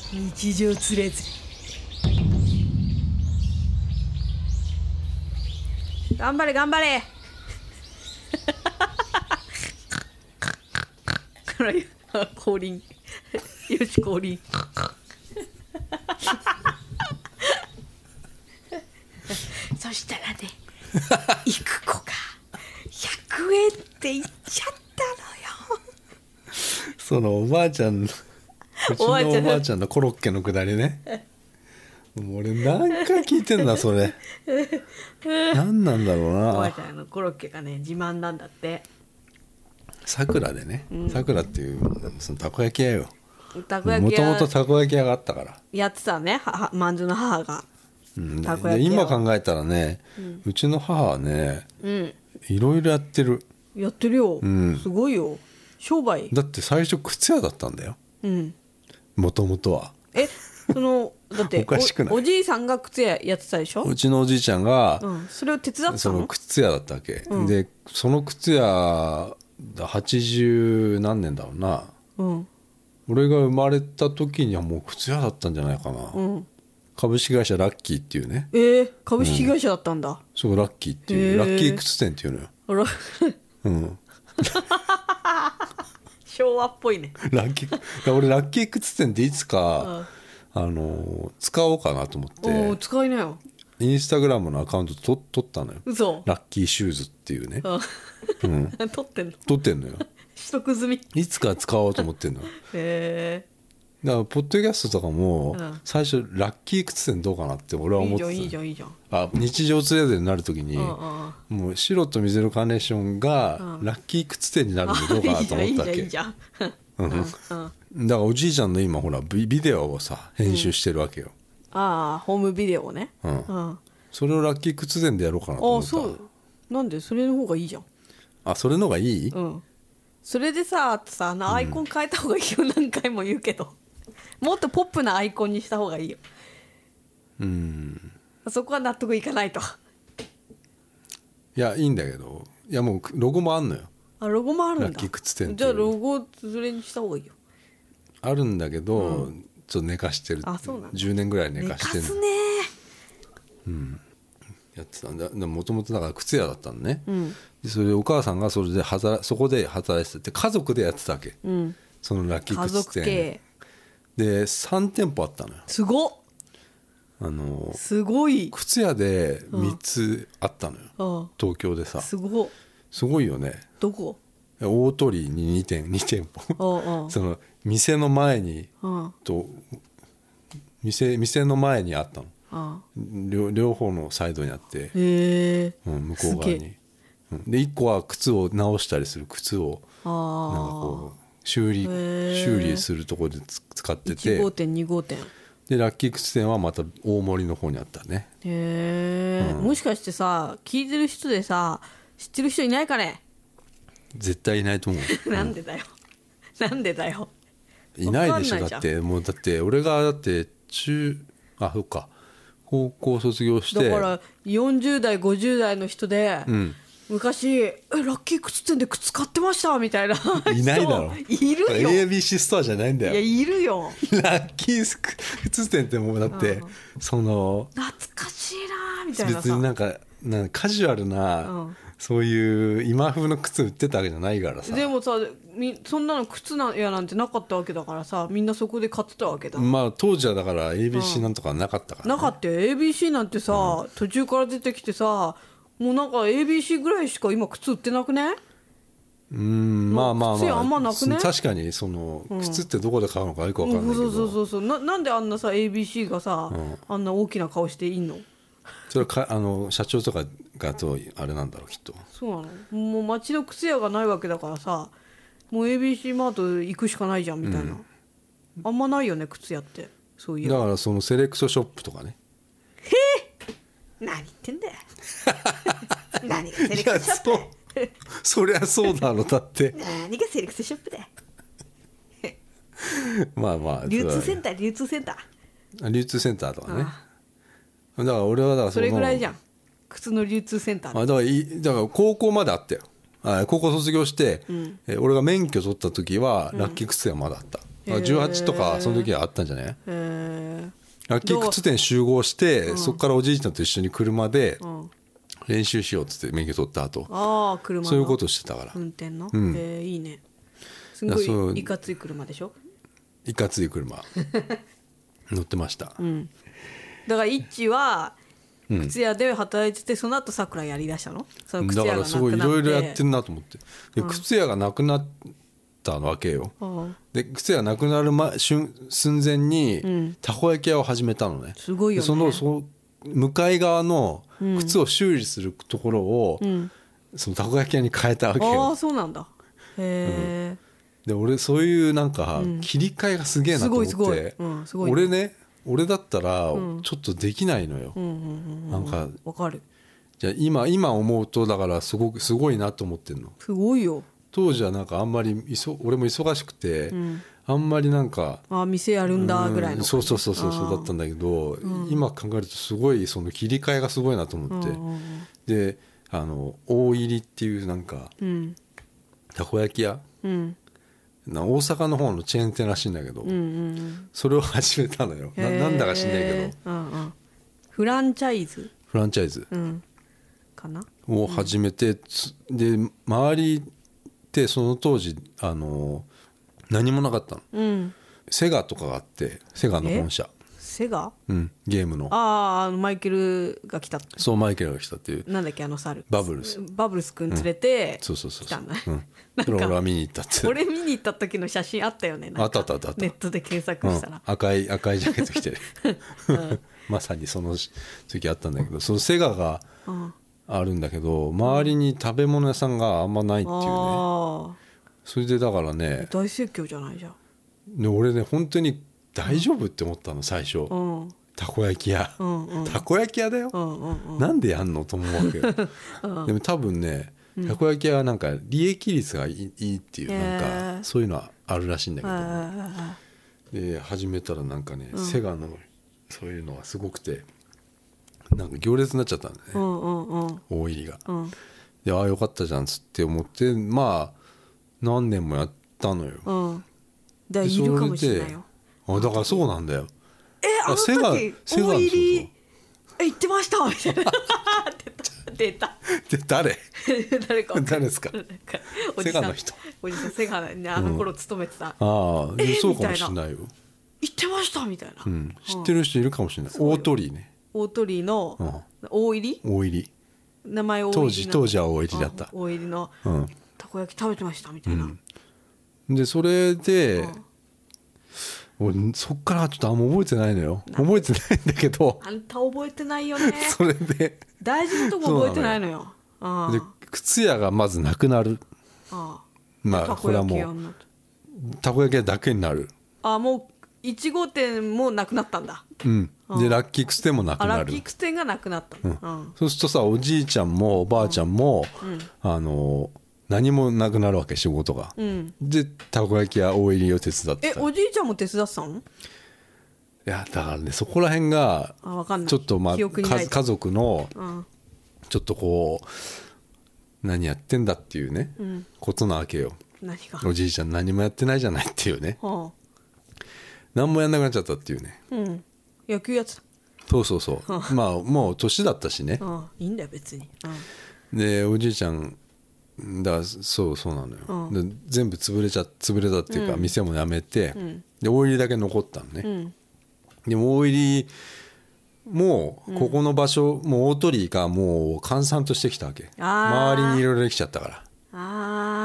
日常つれづれ。頑張れ頑張れ。降臨。よし降臨。そしたらね、行く子が100円って言っちゃったのよ。 そのおばあちゃん、うちのおばあちゃんのコロッケのくだりね。もう俺何回聞いてんだそれ。何なんだろうな。 おばあちゃんのコロッケがね自慢なんだって。 さくらでね、さくらっていうそのたこ焼き屋よ。 たこ焼きもとも屋とたこ焼き屋があったから。 やってたね、まんじゅうの母が。たこ焼でき屋今考えたらね、うちの母はね、いろいろやってる。 やってるよ、 んすごいよ商売。 だって最初靴屋だったんだよ、もともとは。 だっておかしくない？ おじいさんが靴屋やってたでしょ。 うちのおじいちゃんが、 それを手伝ってたそのの。 靴屋だったわけ、でその靴屋80何年だろうな、俺が生まれた時にはもう靴屋だったんじゃないかな、株式会社ラッキーっていうね、 株式会社だったんだ。 そうラッキーっていう、ラッキー靴店っていうのよ。 あらうん昭和っぽいね。 ラッキー俺ラッキー靴店っていつか、使おうかなと思っおおて使いなよ。 インスタグラムのアカウント取ったのよ。 嘘。 ラッキーシューズっていうね、 取ってんの。 取ってんのよ。 取得済み。 いつか使おうと思ってんの。 へだからポッドキャストとかも、 うん最初ラッキー靴店どうかなって俺はえ。い思ってた。 いじゃんいいじゃんいいじゃん。 日常ツレードになるときに、もう白と水のカーネーションがラッキー靴店になるのどうかなと思ったわけ。 いいじゃんいいじゃん。 だからおじいちゃんの今ほらビデオをさ編集してるわけよ、 ああホームビデオね。 それをラッキー靴店でやろうかなと思った。 そう。なんでそれの方がいいじゃん。 それの方がいい、 それでさアイコン変えた方がいいよ、何回も言うけど。もっとポップなアイコンにした方がいいよ。そこは納得いかないと。 いやいいんだけど、いやもうロゴもあんのよ。 ロゴもあるんだ。 ラッキー靴店っていうじゃあロゴそれにした方がいいよ。 あるんだけど、ちょっと寝かしてる。 そうなんだ。 10年ぐらい寝寝かしてるかすね。 やってたんだ。もともとだから靴屋だったのね、でそれでお母さんがそれでそこで働いてて家族でやってたわけ、そのラッキー家靴店族系。 で3店舗あったのよ。 すごっ。すごい。 靴屋で3つあったのよ、東京でさ。 すごっ。 すごいよね。 どこ？ 大鳥居に2店舗その店の前にと店の前にあったの、両方のサイドにあって、向こう側に、で1個は靴を直したりする靴をなんかこう修理するところで使ってて、 1号店2号店でラッキー靴店はまた大森の方にあったね。 もしかしてさ聞いてる人でさ知ってる人いないかね。 絶対いないと思うなんでだよなんでだよ。 いないでしょ。 わかんないじゃん。 だって俺がだってそっか高校卒業してだから40代50代の人で、昔ラッキー靴店で靴買ってましたみたいな人いないだろ。 いるよ。 ABC ストアじゃないんだよ。 いやいるよ。 ラッキー靴店ってもうだってその懐かしいなみたいなさ。 別になんかカジュアルなそういう今風の靴売ってたわけじゃないからさ。 でもさそんなの靴屋なんてなかったわけだからさ、みんなそこで買ってたわけだ。 まあ当時はだから ABC なんとかなかったからね、 なかったよ ABC なんてさ、途中から出てきてさ、もうなんか ABC ぐらいしか今靴売ってなくね。 まあ靴屋あんまなくね。 確かにその靴ってどこで買うのかよく分かんないけど、 そうなんであんなさ ABC がさ、あんな大きな顔していいの。 それは社長とかがあれなんだろうきっと。 そうなの。もう街の靴屋がないわけだからさ、もう ABC マート行くしかないじゃんみたいな、あんまないよね靴屋って。そういうだからそのセレクトショップとかね。 何言ってんだよ何がセレクトショップだよ。 そりゃそうだろ。だって何がセレクトショップだよまあ流通センター流通センターとかね。だから俺はだからそれぐらいじゃん、靴の流通センター。 だから高校まであったよ。高校卒業して、俺が免許取った時はラッキー靴屋まだあった。 18とかその時はあったんじゃない？ラッキー靴店集合して、そこからおじいちゃんと一緒に車で練習しようっつって免許取った後、 車のそういうことしてたから。 運転の、いいね。すごいいかつい車でしょ？ いかつい車乗ってました、 だからイッチは靴屋で働いてて、その後さくらやりだしたの？その靴屋がなくなって。 だからすごいいろいろやってんなと思って。で、靴屋がなくなったわけよ。で、靴屋がなくなる寸前にたこ焼き屋を始めたのね。 すごいよね。 その向かい側の靴を修理するところを、そのたこ焼き屋に変えたわけよ。 そうなんだ。へえ。 で、俺そういうなんか切り替えがすげえなと思って、俺ね、俺だったらちょっとできないのよ。なんかわかる。 じゃあ今思うとだからすごいなと思ってんの。 すごいよ。 当時はなんかあんまり俺も忙しくて、あんまりなんか店やるんだぐらいの、 そうだったんだけど、今考えるとすごいその切り替えがすごいなと思って、で大入りっていうなんか、たこ焼き屋、大阪の方のチェーン店らしいんだけど、それを始めたのよ。なんだか知んないけど、 フランチャイズかなを始めて、で周りってその当時何もなかったの、セガとかがあって、セガの本社、 セガ、 ゲームのマイケルが来た。 そう、マイケルが来たっていう。 なんだっけ、猿バブルスくん連れて来たんだ。 それ俺は見に行ったって。 俺見に行った時の写真あったよね。 あった。 ネットで検索したら、 赤いジャケット着てまさにその時あったんだけど、そのセガがあるんだけど、周りに食べ物屋さんがあんまないっていうね。それでだからね、 大盛況じゃないじゃん。 で俺ね、本当に大丈夫って思ったの最初。たこ焼き屋、たこ焼き屋だよ、なんでやんのと思うわけよ。でも多分ね、たこ焼き屋はなんか利益率がいいっていう、なんかそういうのはあるらしいんだけど、で始めたらなんかね、セガのそういうのがすごくて、なんか行列になっちゃったんだね、大入りが。で、よかったじゃんっつって思って、まあ何年もやったのよ。 だからいるかもしれないよ。 だからそうなんだよ。 あの時大入り行ってましたみたいな。出た。 誰か誰ですか？セガの人。 おじさんセガにあの頃勤めてた。 そうかもしれないよ。 行ってましたみたいな。 知ってる人いるかもしれない。大鳥居ね。 大鳥居の大入り？ 大入り。 名前大入り。 当時は大入りだった。 大入りのたこ焼き食べてましたみたいな。 でそれで。俺そっからちょっとあんま覚えてないのよ。覚えてないんだけど。 あんた覚えてないよね。 それで大事なとこ覚えてないのよ。 で靴屋がまずなくなる。まあこれはもうたこ焼き屋だけになる。 もう1号店もなくなったんだ。 でラッキー靴店もなくなる。 ラッキー靴店がなくなった。 そうするとさ、おじいちゃんもおばあちゃんも何もなくなるわけ、仕事が。でたこ焼き屋大入りを手伝ってた。 おじいちゃんも手伝ってたの？ いやだからね、そこら辺がちょっと家族のちょっとこう何やってんだっていうね、ことなわけよ。 何が？ おじいちゃん何もやってないじゃないっていうね。何もやんなくなっちゃったっていうね。 野球やってた。 そうまあもう年だったしね。 いいんだよ別に。 でおじいちゃんそうなのよ、で全部潰れたっていうか、店も辞めて、で大入りだけ残ったのね、でも大入りもうここの場所、もう大鳥居がもう閑散としてきたわけ。周りにいろいろできちゃったから。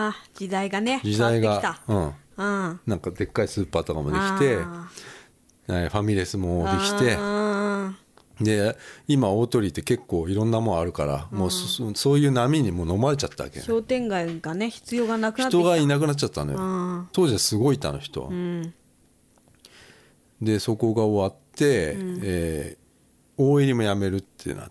時代がね、 時代がなんかでっかいスーパーとかもできて、ファミレスもできて、で今大鳥居って結構いろんなもんあるから、もうそういう波にもう飲まれちゃったわけ。 商店街がね、必要がなくなってきた。 人がいなくなっちゃったのよ。当時はすごいいたの人、でそこが終わって、大入りもやめるってなって、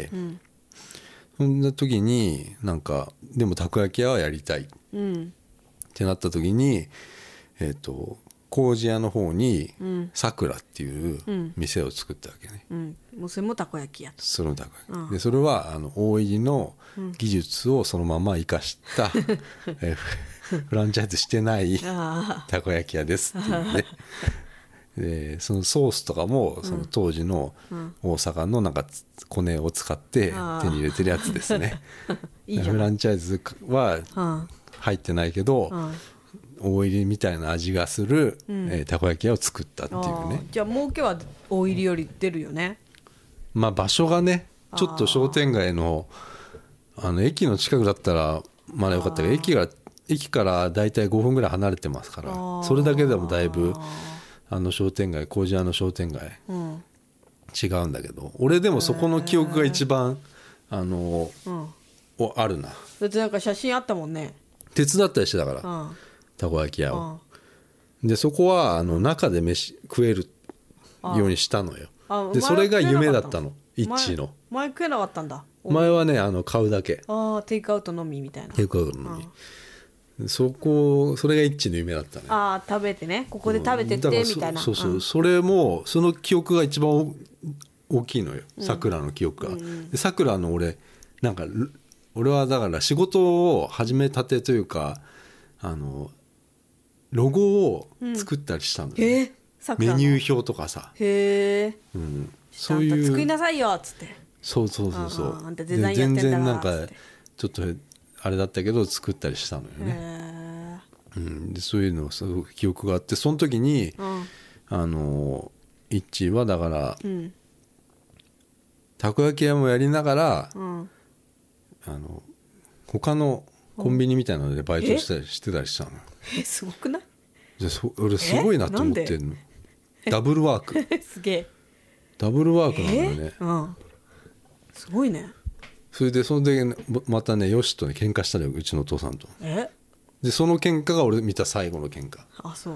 そんな時になんかでもたこ焼き屋はやりたい、ってなった時に麹屋の方にさくらっていう店を作ったわけね。 もうそれもたこ焼き屋と。 それもたこ焼き、でそれは大入りの技術をそのまま生かした、 フランチャイズしてないたこ焼き屋ですっていうねでそのソースとかもその当時の大阪のなんかコネを使って手に入れてるやつですねいいじゃん。 フランチャイズは入ってないけど大入りみたいな味がする、たこ焼き屋を作ったっていうね。 じゃあ儲けは大入りより出るよね。 まあ場所がねちょっと商店街の駅の近くだったらまだよかったけど駅からだいたい5分ぐらい離れてますからそれだけでもだいぶ商店街麹屋の商店街、違うんだけど俺でもそこの記憶が一番あるな。 だってなんか写真あったもんね。 手伝ったりしてたから、たこ焼き屋を、でそこは中で食えるようにしたのよ。でそれが夢だったのイッチーの。 前食えなかったんだ。 前はね買うだけ。 テイクアウトのみみたいな。 テイクアウトのみ、それがイッチーの夢だったね。 食べてねここで食べてってみたいな。 そう、それもその記憶が一番大きいのよさくらの記憶が。でさくらの俺はだから仕事を始めたてというかロゴを作ったりしたんだよね、メニュー表とかさ。そういう作りなさいよっつって。 そうあんたデザインやってんだ全然なっつってちょっとあれだったけど作ったりしたのよね。でそういうのすごく記憶があってその時に、イッチーはだから、たこ焼き屋もやりながら、他のコンビニみたいなのでバイトしてたりしたのよ。 すごくない？ 俺すごいなと思ってんの。ダブルワークすげえダブルワークなんだよね。 すごいね。 それでまたねヨシとね喧嘩したのようちのお父さんと。でその喧嘩が俺見た最後の喧嘩。 そう、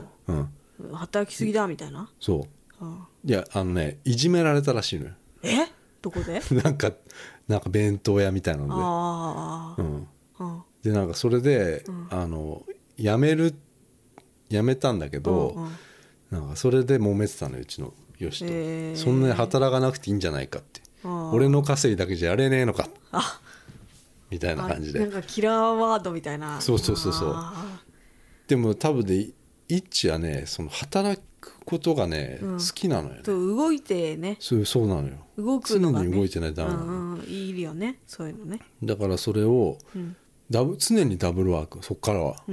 働きすぎだみたいな。 そう、いやいじめられたらしいのよ。 どこでなんか弁当屋みたいなので、でなんかそれで、辞めたんだけど、なんかそれで揉めてたのようちのよしと、そんなに働かなくていいんじゃないかって、俺の稼ぎだけじゃやれねえのかみたいな感じで、 なんかキラーワードみたいな。 そうでも多分でイッチはねその働くことがね、好きなのよね。 動いてね。 そうなのよ。 動くのがね常に動いてないとダメなの。 いるよねそういうのね。 だからそれを、常にダブルワークそっからは。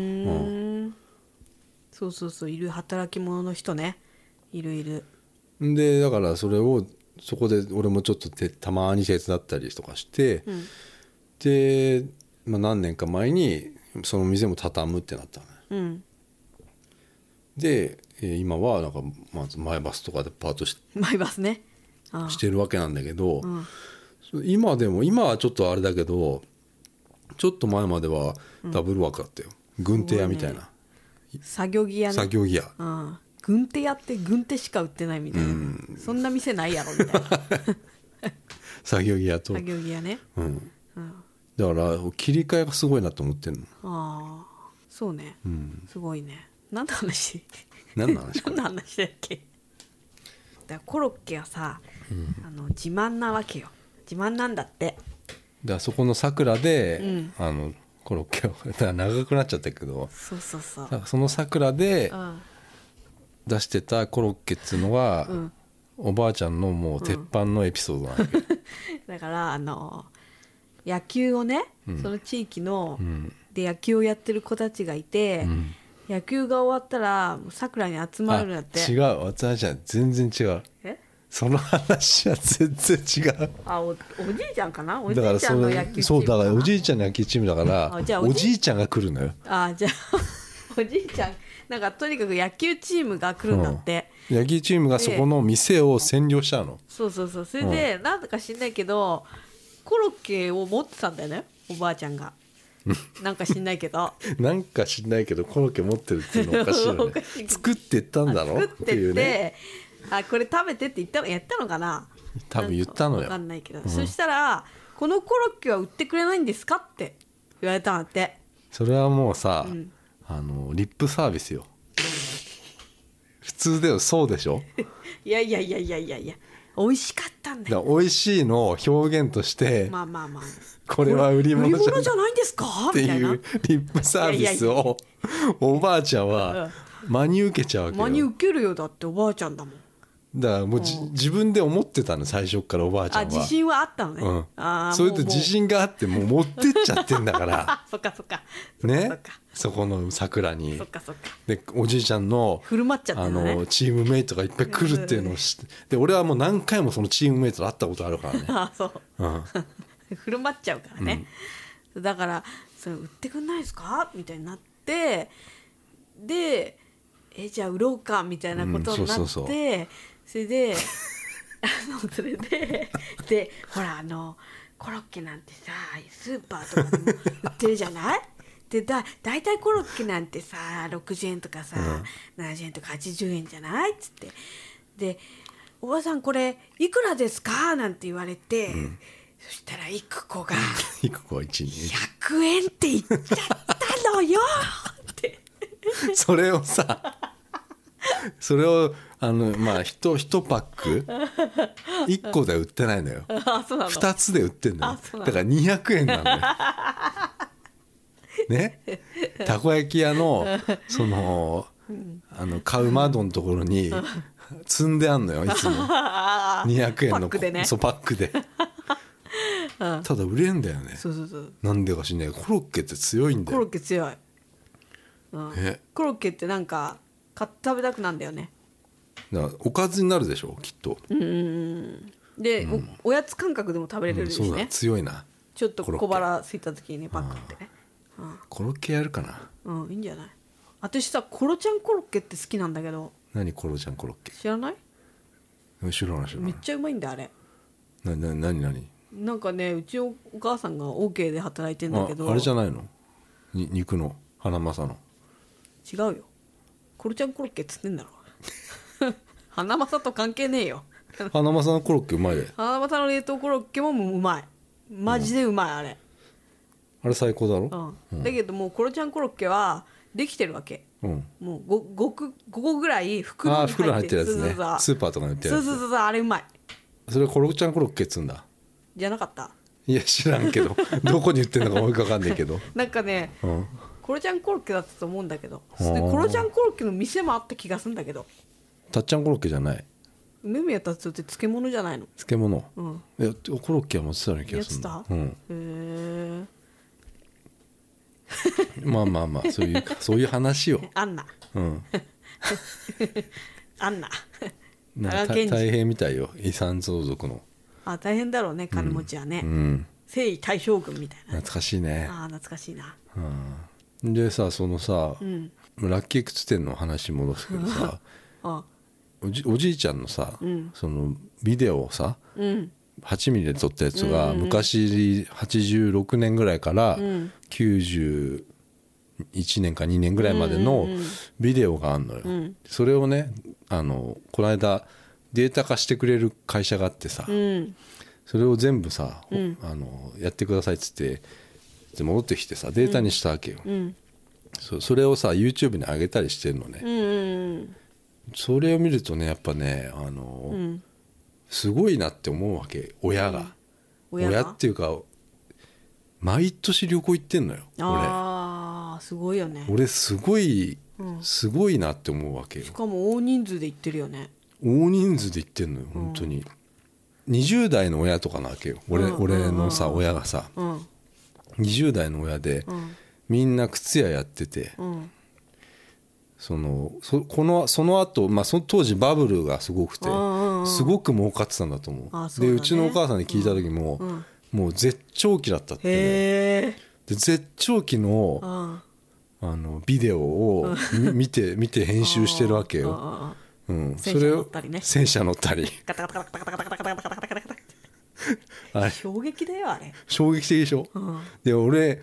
そういる働き者の人ねいる。 でだからそこで俺もちょっとたまに手伝ったりとかして、で、何年か前にその店も畳むってなったの、で今はなんかまずマイバスとかでパートマイバスねしてるわけなんだけど、今はちょっとあれだけどちょっと前まではダブルワークだったよ、軍手屋みたいな、 作業着屋ね。 作業着屋、 軍手屋って軍手しか売ってないみたいな、そんな店ないやろみたいな作業着屋と作業着屋ね、 だから切り替えがすごいなと思ってんの。 そうね、すごいね。何の話何の話何の話だっけ。だからコロッケはさ、自慢なわけよ。自慢なんだって。 でそこのさくらで、コロッケをだから長くなっちゃったけど、だからそのさくらで出してたコロッケっつうのは、おばあちゃんのもう鉄板のエピソードなんだけど、 だから野球をね、その地域の、で野球をやってる子たちがいて、野球が終わったらさくらに集まるんだって。 違う、私は全然違う。その話は全然違う。 おじいちゃんかな。おじいちゃんの野球チーム。 そうだからおじいちゃんの野球チームだからおじいちゃんが来るのよ。 じゃあおじいちゃんなんかとにかく野球チームが来るんだって、 野球チームがそこの店を占領したの。 そうそれで、なんだか知んないけどコロッケを持ってたんだよねおばあちゃんがなんか知んないけどなんか知んないけどコロッケ持ってるっていうのおかしいよね作ってったんだろ作ってって、これ食べてってやったのかな。 多分言ったのよ。 分かんないけど、そしたらこのコロッケは売ってくれないんですかって言われたんだって。 それはもうさ、リップサービスよ普通ではそうでしょ。 いや美味しかったんだよ。 だ美味しいのを表現として、 まあまあまあ、 これは売り物じゃないんですかっていうリップサービスをおばあちゃんは真に受けちゃうわけよ。 真に受けるよ、だっておばあちゃんだもん。 だからもう自分で思ってたの、最初からおばあちゃんは。 自信はあったのね。 それと自信があってもう持ってっちゃってんだからそっかそっかね、そこの桜に。 そっかそっか。 でおじいちゃんの振る舞っちゃってんだね、 チームメイトがいっぱい来るっていうのを知って、で俺はもう何回もそのチームメイトと会ったことあるからね。 そう、振る舞っちゃうからね、だからそれ売ってくんないですかみたいになって、でじゃあ売ろうかみたいなことになって、それでそれでほらコロッケなんてさスーパーとかでも売ってるじゃないでだいたいコロッケなんてさ60円とかさ、70円とか80円じゃないっつって、でおばさんこれいくらですかなんて言われて、そしたらいくこがいくこは1に 100円って言っちゃったのよってそれをさ、それをまあ1パック1個では売ってないのよ。2つで売ってんのよ。だから200円なのよね、たこ焼き屋のその買う窓のところに積んであんのよ、いつも200円のパックでね。 そうパックでただ売れんだよね。 そうそうそう、 なんでかしんない。コロッケって強いんだよ。 コロッケ強い、コロッケってなんか買って食べたくなんだよね。 だからおかずになるでしょきっと。 で、おやつ感覚でも食べれるしね、 そうだ、強いな。 ちょっと小腹空いた時にねパックってね、 コロッケやるかな。 いいんじゃない。私さコロちゃんコロッケって好きなんだけど。 何コロちゃんコロッケ。 知らない。 知らないめっちゃうまいんだあれ。 何なんかね、うちのお母さんが OK で働いてんだけど。 あれじゃないの、肉の花正の。 違うよ、コロちゃんコロッケっつってんだろ花正と関係ねえよ花正のコロッケうまいで。 花正の冷凍コロッケもうまい、マジでうまい、あれ。 あれ最高だろ、 だけどもうコロちゃんコロッケはできてるわけ、もう 5個ぐらい袋に入ってるやつね。 スーパーとかに売ってるやつ。 そうあれうまい。 それコロちゃんコロッケっつうんだ。 じゃなかった。 いや知らんけどどこに売ってるのかもよく分かんないけどなんかね、コロちゃんコロッケだったと思うんだけど、でコロちゃんコロッケの店もあった気がするんだけど。 たっちゃんコロッケじゃない。 梅宮達夫って漬物じゃないの。 漬物、コロッケは持ってたような気がする。 やってた。へえまあそういう話よあんなあんな大変みたいよ、遺産相続の。 大変だろうね、金持ちはね、征夷大将軍みたいな。 懐かしいね。 懐かしいな。 でさ、そのさ、ラッキー靴店の話戻すけどさおじいちゃんのさ、そのビデオをさ、8ミリで撮ったやつが昔86年ぐらいから91年か2年ぐらいまでのビデオがあんのよ。それをね、この間データ化してくれる会社があってさ、それを全部さ、やってくださいっつって戻ってきてさ、データにしたわけよ。それをさ YouTube に上げたりしてるのね。それを見るとね、やっぱね、すごいなって思うわけ、親が。親っていうか毎年旅行行ってんのよ。 すごいよね。 俺すごいなって思うわけよ。 しかも大人数で行ってるよね。 大人数で行ってんのよ本当に。20代の親とかなわけよ。俺のさ親がさ、20代の親で、みんな靴屋やってて、その後、当時バブルがすごくて、すごく儲かってたんだと思う。でうちのお母さんに聞いた時も、もう絶頂期だったって、で絶頂期のビデオを見て編集してるわけよ。それを戦車乗ったり衝撃だよあれ。 衝撃的でしょ。で俺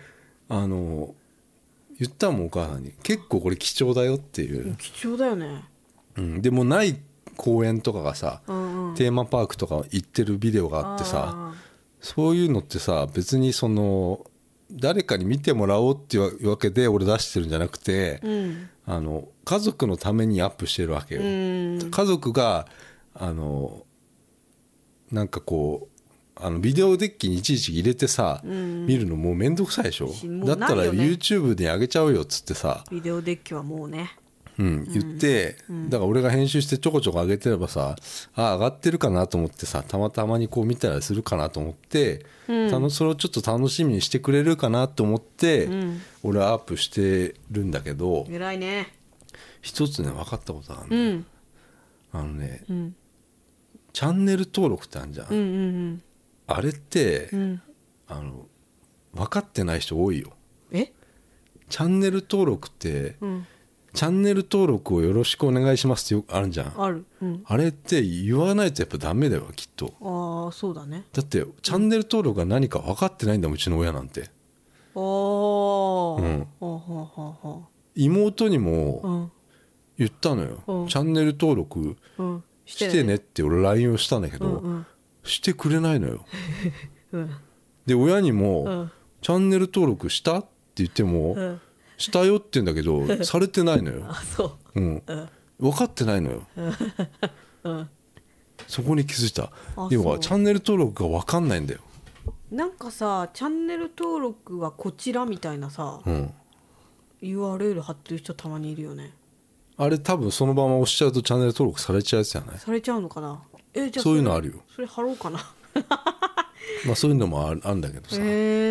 言ったもんお母さんに、結構これ貴重だよっていう。 貴重だよね。 でもない公園とかがさ、テーマパークとか行ってるビデオがあってさ、そういうのってさ、別にその誰かに見てもらおうっていうわけで俺出してるんじゃなくて、家族のためにアップしてるわけよ。家族がなんかこうビデオデッキにいちいち入れてさ、見るのもうめんどくさいでしょ。だったら YouTube で上げちゃうよっつってさ、 ビデオデッキはもうね、 言って、だから俺が編集してちょこちょこ上げてればさ、上がってるかなと思ってさ、たまたまにこう見たりするかなと思って、それをちょっと楽しみにしてくれるかなと思って、俺はアップしてるんだけど、 偉いね。 一つね分かったことがあるんだよ。チャンネル登録ってあるじゃん、あれって、分かってない人多いよ。チャンネル登録って、チャンネル登録をよろしくお願いしますってよくあるじゃん。 ある、 あれって言わないとやっぱダメだよきっと。 ああそうだね。 だってチャンネル登録が何か分かってないんだもん、うちの親なんて。妹にも言ったのよ、チャンネル登録してねって俺 LINE をしたんだけど、してくれないのよ。で親にも、チャンネル登録したって言っても、したよって言うんだけどされてないのよ。 あそう、 分かってないのよ。そこに気づいた。要はチャンネル登録が分かんないんだよ。 なんかさ、チャンネル登録はこちらみたいなさ、URL 貼ってる人たまにいるよね。あれ多分そのまま押しちゃうとチャンネル登録されちゃうやつじゃない？ されちゃうのかな。じゃあそういうのあるよ。 それ貼ろうかな。 まあそういうのもあるんだけどさ、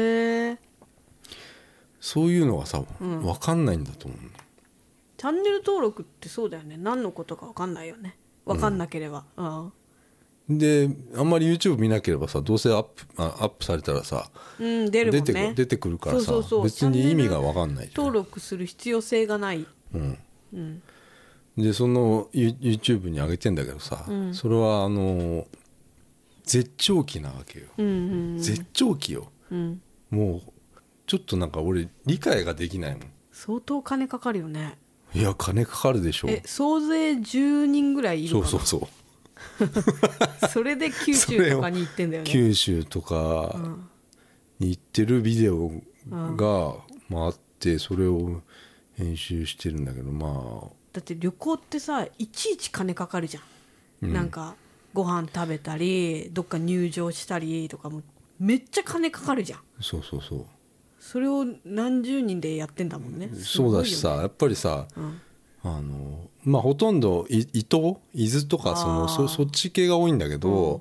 そういうのがさ、分かんないんだと思う。 チャンネル登録ってそうだよね。何のことか分かんないよね。分かんなければ、 であんまり YouTube 見なければさ、どうせアップされたらさ、 出るもんね。 出てくるからさ、別に意味が分かんないじゃん。 登録する必要性がない。 でその YouTube に上げてんだけどさ、それは絶頂期なわけよ、絶頂期よ、もうちょっとなんか俺理解ができないもん。 相当金かかるよね。 いや金かかるでしょ。 総勢10人ぐらいいるかな。 そうそれで九州とかに行ってんだよね。 九州とかに行ってるビデオがあって、それを編集してるんだけど、 だって旅行ってさ、いちいち金かかるじゃん、なんかご飯食べたりどっか入場したりとかもめっちゃ金かかるじゃん。 そうそれを何十人でやってんだもんね。 そうだしさ、やっぱりさ、ほとんど伊豆とかそっち系が多いんだけど、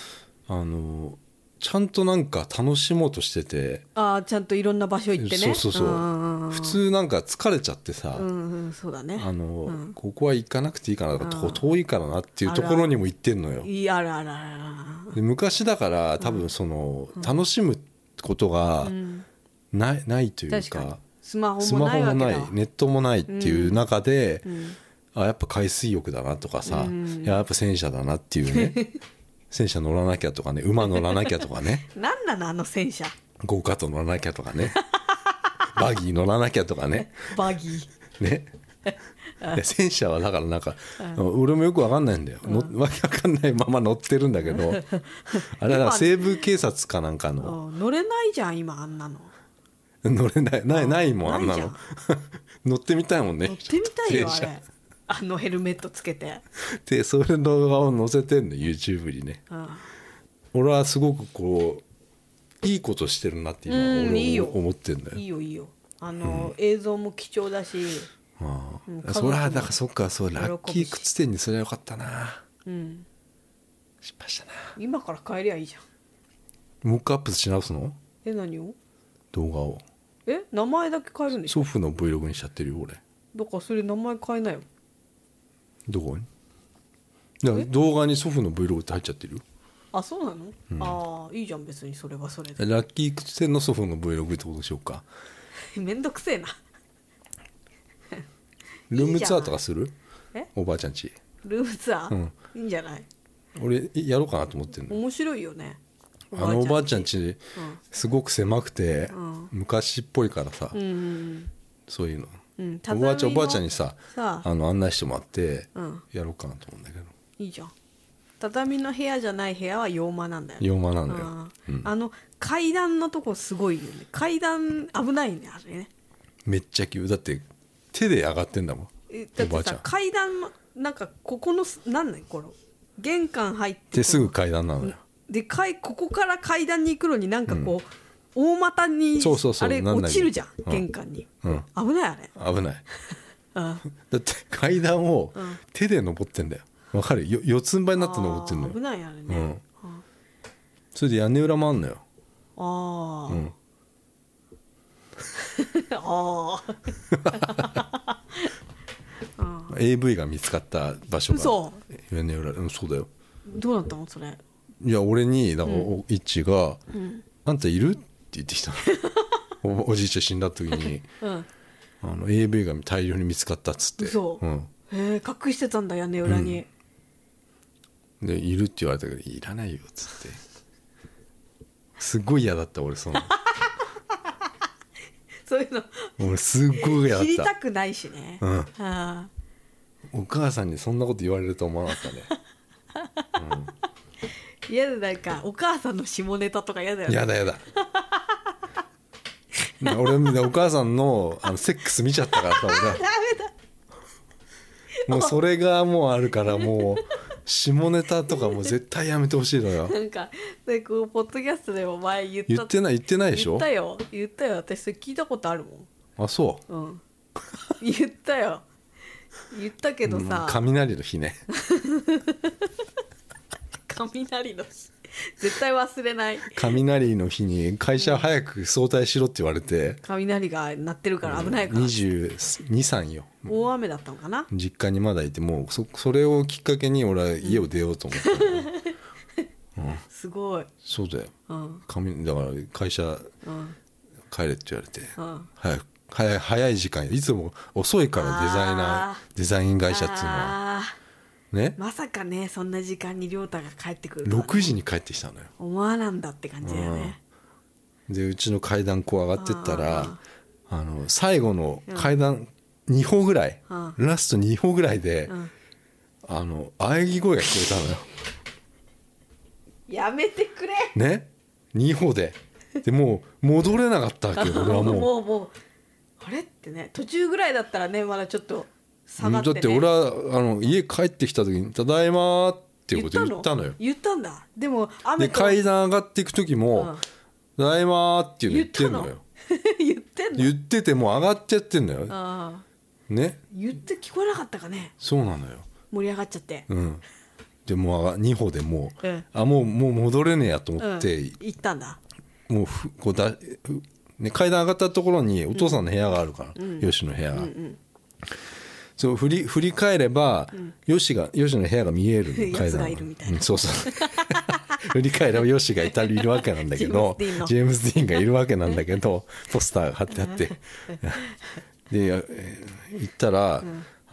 ちゃんとなんか楽しもうとしてて、 ちゃんといろんな場所行ってね。 普通なんか疲れちゃってさ、 そうだね、 ここは行かなくていいかなとか、遠いからなっていうところにも行ってんのよ。で昔だから多分楽しむことがないというか、 スマホもないわけだ。 ネットもないっていう中で、やっぱ海水浴だなとかさ、やっぱ戦車だなっていうね。戦車乗らなきゃとかね、馬乗らなきゃとかね。 なんなのあの戦車。 ゴーカート乗らなきゃとかね。バギー乗らなきゃとかね。 バギーね。戦車はだからなんか、俺もよく分かんないんだよ、わけ分かんないまま乗ってるんだけど、あれは西部警察かなんかの。 乗れないじゃん今あんなの。 乗れないもんあんなの。乗ってみたいもんね。 乗ってみたいよあれ。ヘルメットつけて。 でそれの動画を載せてんの YouTube にね。俺はすごくこういいことしてるなって今俺思ってんだよ。 いいよ映像も貴重だし。 それはだからそっか、ラッキー靴店にすればよかったな。失敗したな。 今から変えりゃいいじゃん。 もう一回アップし直すの？ 何を？ 動画を。 名前だけ変えるんでしょ？ 祖父の Vlog にしちゃってるよ俺。 だからそれ名前変えなよ。 どこに？動画に祖父の Vlog って入っちゃってるよ。 あ、そうなの？いいじゃん別にそれはそれで。 ラッキー靴店の祖父の Vlog ってことでしょうか。 めんどくせえな。 ルームツアーとかする？おばあちゃんち。 ルームツアー？いいんじゃない？ 俺やろうかなと思ってんの。 面白いよね。 おばあちゃんちすごく狭くて昔っぽいからさ、そういうの。おばあちゃんにさ案内してもらってやろうかなと思うんだけど。 いいじゃん。畳の部屋じゃない部屋は洋間なんだよね。 洋間なんだよ。 階段のとこすごいよね。階段危ないねあれね。 めっちゃ急だって。手で上がってんだもん。 だってさ階段なんかここのなんこの玄関入ってすぐ階段なのよ。 でここから階段に行くのになんかこう、大股にあれ落ちるじゃん、玄関に、危ないあれ危ないだって階段を手で登ってんだよ。わかる？四つん這いになって登ってんのよ。 危ないあれね、 それで屋根裏もあんのよ。 ああ AV が見つかった場所が屋根裏。そうだよ。 どうなったのそれ。 いや俺にだからイッチが、あんたいるって言ってきたのおじいちゃん死んだ時に、AV が大量に見つかったっつって。 嘘、隠してたんだ屋根裏に、 でいるって言われたけどいらないよっつってすっごい嫌だった俺そういうの俺すっごい嫌だった。 知りたくないしね、 お母さんにそんなこと言われると思わなかったね。 嫌だ。なんかお母さんの下ネタとか嫌だよね。 嫌だ俺お母さんのセックス見ちゃったからさ俺もうそれがもうあるからもう下ネタとかもう絶対やめてほしいのよ。 なんかこうポッドキャストでも前言ってないでしょ。 言ったよ私それ聞いたことあるもん。 あそう、 言ったけどさ、 雷の日ね雷の日絶対忘れない。 雷の日に会社早く早退しろって言われて、 雷が鳴ってるから危ないから、 22、3よ。 大雨だったのかな。 実家にまだいてもうそれをきっかけに俺は家を出ようと思った、 すごい。 そうだよ、だから会社帰れって言われて、早い時間いつも遅いからデザイン会社っていうのはね、 まさかねそんな時間に亮太が帰ってくるとは、ね、6時に帰ってきたのよ。 思わなんだって感じだよね、 でうちの階段こう上がってったら最後の階段2歩ぐらい、ラスト2歩ぐらいで、喘ぎ声が聞こえたのよ。 やめてくれね、2歩でもう戻れなかったわけよ俺はもうあれってね、途中ぐらいだったらねまだちょっと下がって、ね、 だって俺は家帰ってきた時に「ただいま」っていうこと言ったのよ。 言ったんだ。でもで階段上がっていく時も「ただいま」っていうの言ってんのよ。言っててもう上がっちゃってんのよ。ね、 言って聞こえなかったかね。 そうなのよ。 盛り上がっちゃって、 でもう2歩でもう、もう戻れねえやと思って、 行ったんだ。 もうね、階段上がったところにお父さんの部屋があるから、ヨシの部屋が、そう振り返れば、ヨシの部屋が見えるの。 やつがいるみたいな、 そうそう振り返ればヨシがいるわけなんだけどジェームズ・ディーンがいるわけなんだけどポスターが貼ってあってで行ったら、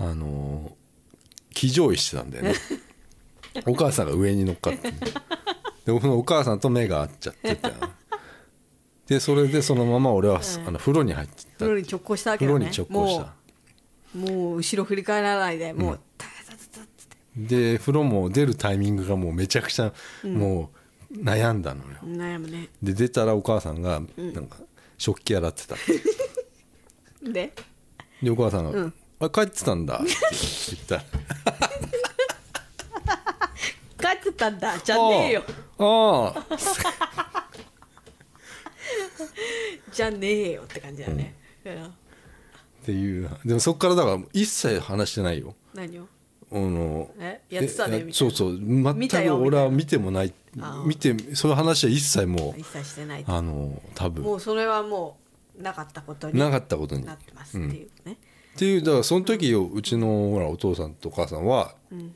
騎乗位してたんだよねお母さんが上に乗っかってでお母さんと目が合っちゃってたでそれでそのまま俺は、風呂に入ってた。 風呂に直行したわけだね。 風呂に直行した。 もう後ろ振り返らないでもう、 で風呂も出るタイミングがもうめちゃくちゃもう悩んだのよ、 悩むね。 で出たらお母さんがなんか食器洗ってたでお母さんがあ帰ってたんだって言ったら帰ってたんだじゃねえよああじゃねえよって感じだよね、 っていう。でもそっからだから一切話してないよ。 何をやってたねみたいな。 そうそう全く俺は見てもないそういう話は一切もう一切してない多分もうそれはもうなかったことになってますっていうね、 っていうだからその時うちのほらお父さんとお母さんは、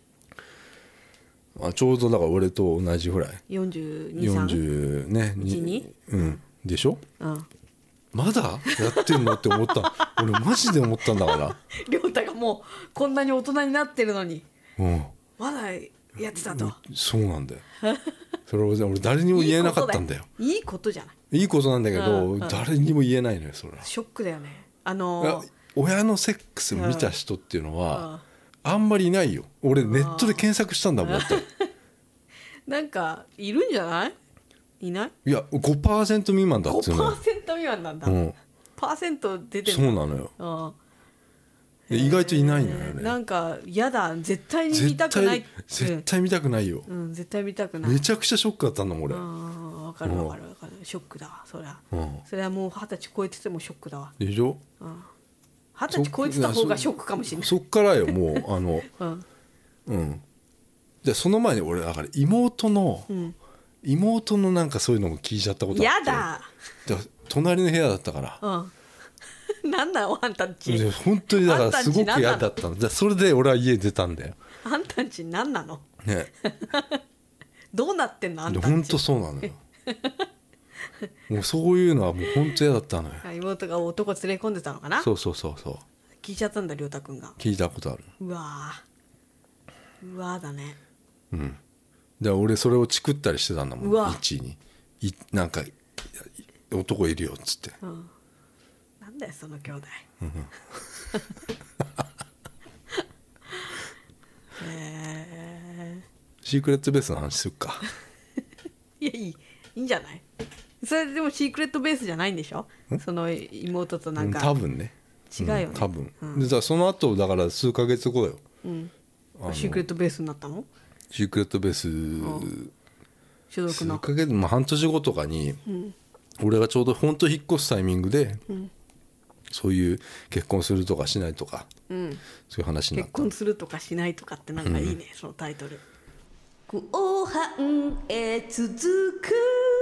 ちょうどだから俺と同じぐらい40ね2でしょ、まだやってんのって思った俺マジで思ったんだから亮太がもうこんなに大人になってるのに、まだやってたと、 そうなんだよそれを俺誰にも言えなかったんだよ。 いいことじゃない。 いいことなんだけど、誰にも言えないのよそれは。 ショックだよね。 親のセックス見た人っていうのは、あんまりいないよ。俺ネットで検索したんだもんってなんかいるんじゃない？いない？ いや 5% 未満だっつうの。 5% 未満なんだ、パーセント出てる。 そうなのよ。 意外といないのよね。 なんか嫌だ、絶対に見たくない。 絶対見たくないよ、 うん、絶対見たくない。 めちゃくちゃショックだったんだもん俺。 わかるわかるわかる、ショックだわそりゃ、それはもう20歳超えててもショックだわでしょ。 20歳超えてた方がショックかもしれない。 そっからよもうでその前に俺だから妹のなんかそういうのも聞いちゃったことあって。 やだ。 隣の部屋だったから。 なんだあんたんち。 本当にだからすごく嫌だったの。それで俺は家出たんだよ。 あんたんち何なの。 ね。 どうなってんのあんたんち。 本当そうなのよ。もうそういうのはもう本当嫌だったのよ。 妹が男連れ込んでたのかな。 そう。 聞いちゃったんだ亮太くんが。 聞いたことある。 うわだね。 で俺それをチクったりしてたんだもん。一位になんか男いるよっつって。 なんだよその兄弟。 シークレットベースの話するか。 いやいいんじゃない。それでもシークレットベースじゃないんでしょ。その妹となんか。 多分ね。 違うよね。 多分。でその後だから数ヶ月後よ。 シークレットベースになったの。 シークレットベース所属の数ヶ月、半年後とかに、俺がちょうど本当引っ越すタイミングで、そういう結婚するとかしないとか、そういう話になった。 結婚するとかしないとかってなんかいいね、そのタイトル。後半へ続く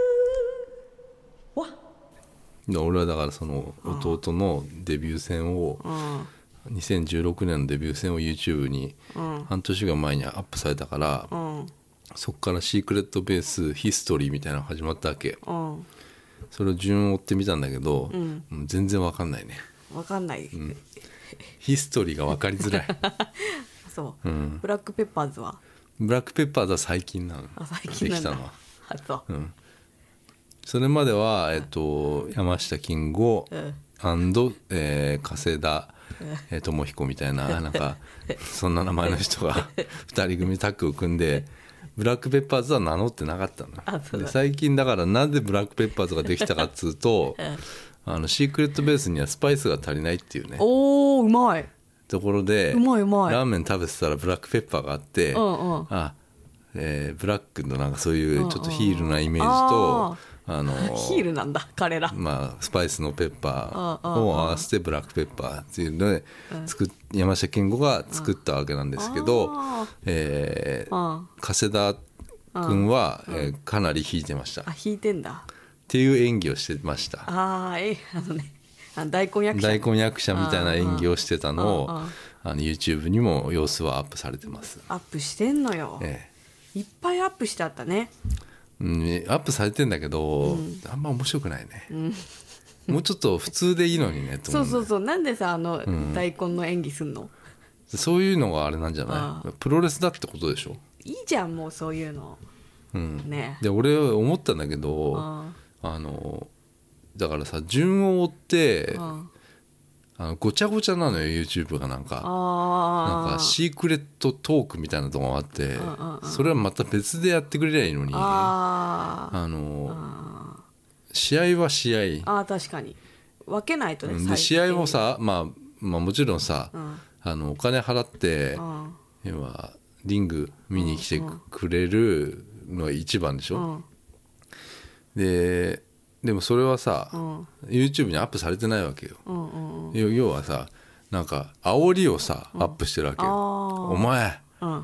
わ。 俺はだからその弟のデビュー戦を、2016年のデビュー戦を YouTube に半年が前にアップされたから、そこからシークレットベースヒストリーみたいなのが始まったわけ。それを順を追ってみたんだけど、全然わかんないね。 わかんない、 ヒストリーが分かりづらい。 そう、ブラックペッパーズは。 ブラックペッパーズは最近なの。 最近なんだ。 できたのは。 そう、 それまでは、山下金吾、加瀬田智彦みたいな、なんかそんな名前の人が2人組タッグを組んでブラックペッパーズは名乗ってなかったの。で最近だからなんでブラックペッパーズができたかっつうと、シークレットベースにはスパイスが足りないっていうね。 おーうまいところでうまいラーメン食べてたらブラックペッパーがあって、ブラックのなんかそういうちょっとヒールなイメージと、 ヒールなんだ彼ら。 スパイスのペッパーを合わせてブラックペッパーっていうので山下健吾が作ったわけなんですけど、加瀬田君はかなり弾いてました。 弾いてんだっていう演技をしてました。 大根役者みたいな演技をしてたのをYouTube にも様子はアップされてます。 アップしてんのよ、いっぱいアップしてあったね。 アップされてんだけど、あんま面白くないね、もうちょっと普通でいいのにねと思う。 そうなんでさ大根の演技すんの。 そういうのがあれなんじゃない。プロレスだってことでしょ。 いいじゃんもうそういうの、ね。 で俺思ったんだけど、だからさ順を追ってごちゃごちゃなのよ YouTube が。なんかシークレットトークみたいなとこがあって、それはまた別でやってくれりゃいいのに、試合は試合。 確かに分けないとね。 で試合もさ、もちろんさ、お金払って今リング見に来てくれるのが一番でしょ、でもそれはさ、YouTube にアップされてないわけよ、要はさなんか煽りをさ、アップしてるわけよ。お前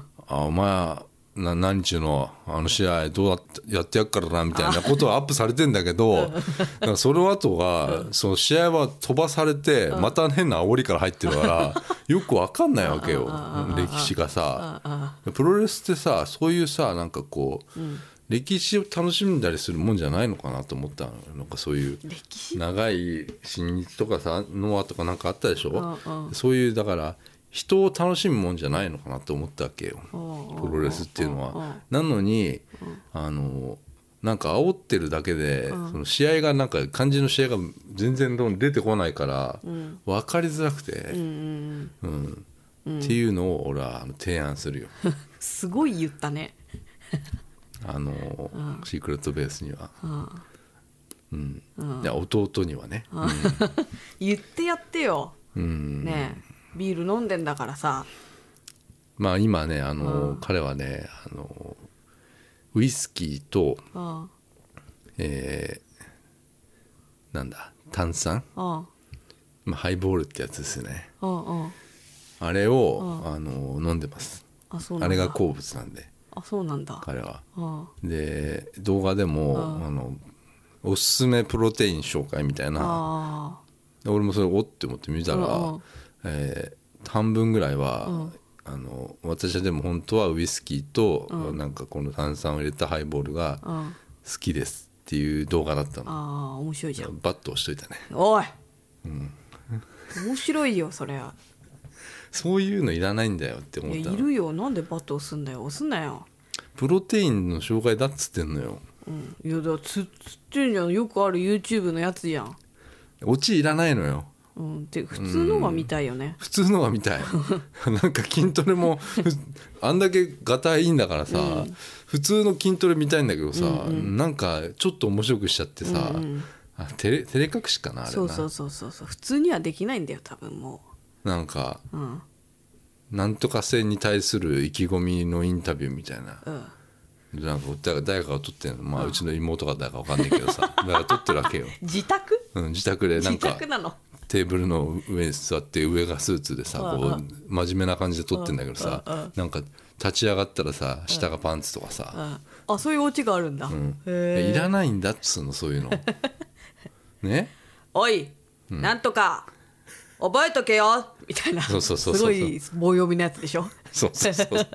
何日の試合どうやってやっからなみたいなことはアップされてんだけどその後がその試合は飛ばされてまた変な煽りから入ってるからよく分かんないわけよ歴史がさ。プロレスってさそういうさなんかこう、歴史を楽しんだりするもんじゃないのかなと思ったの。なんかそういう長い新日とかさノアとかなんかあったでしょ、そういうだから人を楽しむもんじゃないのかなと思ったわけよプロレスっていうのは。なのになんか煽ってるだけで、その試合がなんか肝心の試合が全然出てこないから分かりづらくて、っていうのを俺は提案するよすごい言ったねシークレットベースには、いや弟にはね、 言ってやってよ、ねビール飲んでんだからさ。 まあ今ね彼はねウイスキーとなんだ炭酸、まあ、ハイボールってやつですね。あれを飲んでます。あれが好物なんで。 あ、そうなんだ彼は。で動画でもおすすめプロテイン紹介みたいな。俺もそれおって思って見たら、半分ぐらいは、私はでも本当はウイスキーと、なんかこの炭酸を入れたハイボールが好きですっていう動画だったの。 面白いじゃん。 バッと押しといたね。 おい、面白いよそれは。 そういうのいらないんだよって思ったの。 いるよ。なんでバット押すんだよ。押すなよ。 プロテインの紹介だっつってんのよ。 いやだつってんじゃん。よくある YouTube のやつじゃん。 オチいらないのよ。 て普通のが見たいよね。 普通のが見たい。なんか筋トレもあんだけガタいいんだからさ、普通の筋トレ見たいんだけどさ、なんかちょっと面白くしちゃってさ、照れ隠しかなあれな。 そう普通にはできないんだよ多分もう。なんか、なんとか戦に対する意気込みのインタビューみたいな。なんか誰かが撮ってんの、まあうちの妹が誰か分かんないけどさ、誰か撮ってるわけよ。 自宅？ 自宅でなんか自宅なの。 テーブルの上に座って上がスーツでさ、こう真面目な感じで撮ってんだけどさ、なんか立ち上がったらさ下がパンツとかさ、 そういうオチがあるんだ。 いらないんだっつうのそういうの。ね。 おい、なんとか覚えとけよみたいな。すごい棒読みのやつでしょ。 そうツイ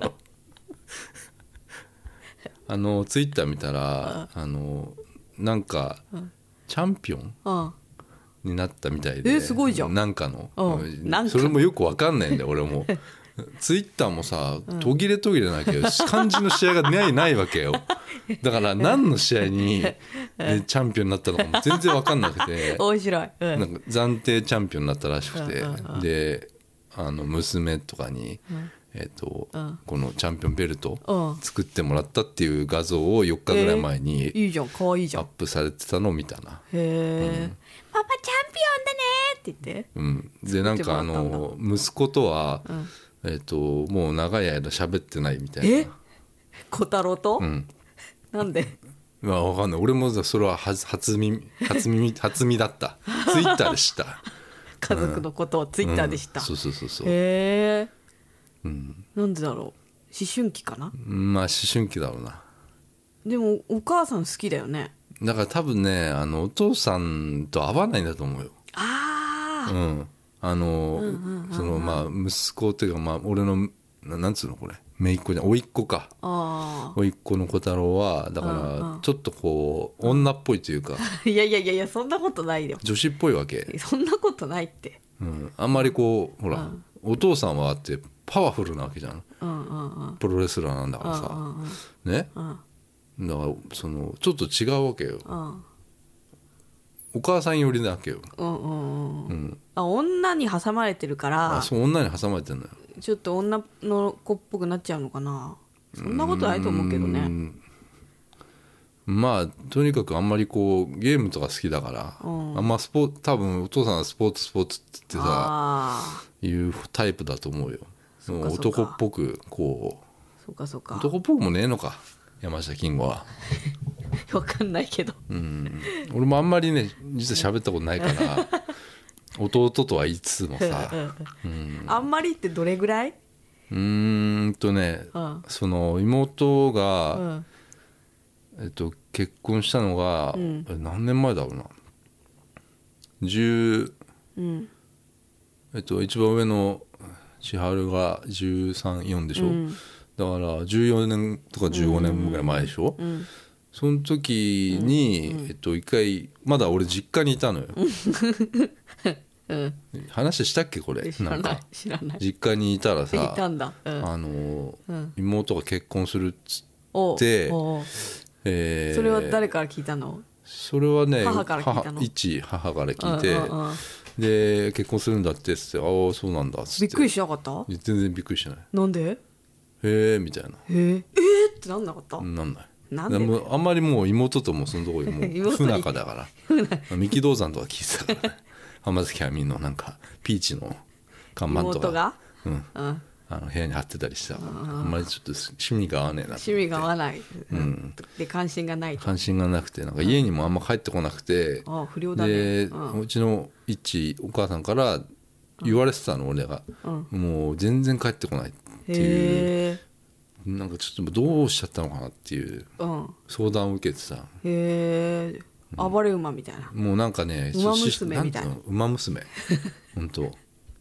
ッター見たらなんかチャンピオンになったみたいで。 すごいじゃん。 なんかのそれもよく分かんないんだよ俺も。ツイッターもさ途切れ途切れなきゃ漢字の試合がないわけよ。だから何の試合に、チャンピオンになったのかも全然分かんなくて。 面白い。 なんか暫定チャンピオンになったらしくて、で娘とかに、このチャンピオンベルト作ってもらったっていう画像を4日ぐらい前にいいじゃん、可愛いじゃん。 アップされてたのを見たな。 パパチャンピオンだねって言って。 でなんか息子とは、もう長い間喋ってないみたいな。 小太郎と？なんで？ 分かんない。俺もそれは初耳だった。ツイッターで知った。 家族のことをツイッターで知った。 そうなんでだろう。思春期かな。 まあ思春期だろうな。 でもお母さん好きだよね。 だから多分ねお父さんと合わないんだと思うよ。そのまあ息子っていうか、まあ俺のなんつうのこれ姪っ子じゃん、甥っ子か。甥っ子の小太郎はだからちょっとこう女っぽいというか。 いやそんなことないよ。 女子っぽいわけ。 そんなことないって。 あんまりこうほらお父さんはあってパワフルなわけじゃん。プロレスラーなんだからさね。だからそのちょっと違うわけよ。お母さん寄りなわけよ。 女に挟まれてるから。 そう女に挟まれてるのよ。 ちょっと女の子っぽくなっちゃうのかな。そんなことないと思うけどね。 まあとにかくあんまりこうゲームとか好きだから、あんま多分お父さんはスポーツってさいうタイプだと思うよ。男っぽくこう。 そうか。 男っぽくもねえのか山下金吾は。 分かんないけど。 俺もあんまりね実は喋ったことないから弟とは言いつつもさ、 あんまりってどれぐらい？ その妹が、結婚したのが、何年前だろうな。一番上の千春が13、4でしょ。だから14年とか15年ぐらい前でしょ。その時に、一回まだ俺実家にいたのよ。話したっけこれ。 知らない。 実家にいたらさ、 いたんだ。 妹が結婚するっつって、それは誰から聞いたの？ それはね母から聞いたの？ 母から聞いて、で結婚するんだってっつって、ああそうなんだっつって。 びっくりしなかった？ 全然びっくりしない。 なんで？ へえみたいな。 ってなんなかった？ なんない。 なんで？ あんまりもう妹ともそのところもう不仲だから三木道山とか聞いてたからね。浜崎あみのなんかピーチの看板とか妹が、 うん部屋に貼ってたりした。あんまりちょっと趣味が合わねえなと思って。 趣味が合わない、で関心がないと。 関心がなくて、なんか家にもあんま帰ってこなくて、 不良だね。 で、うちのお母さんから言われてたの、俺が、もう全然帰ってこないっていう、なんかちょっとどうしちゃったのかなっていう相談を受けてさ。 へえ、暴れ馬みたいな。 もうなんかね、 馬娘みたいな。 馬娘本当。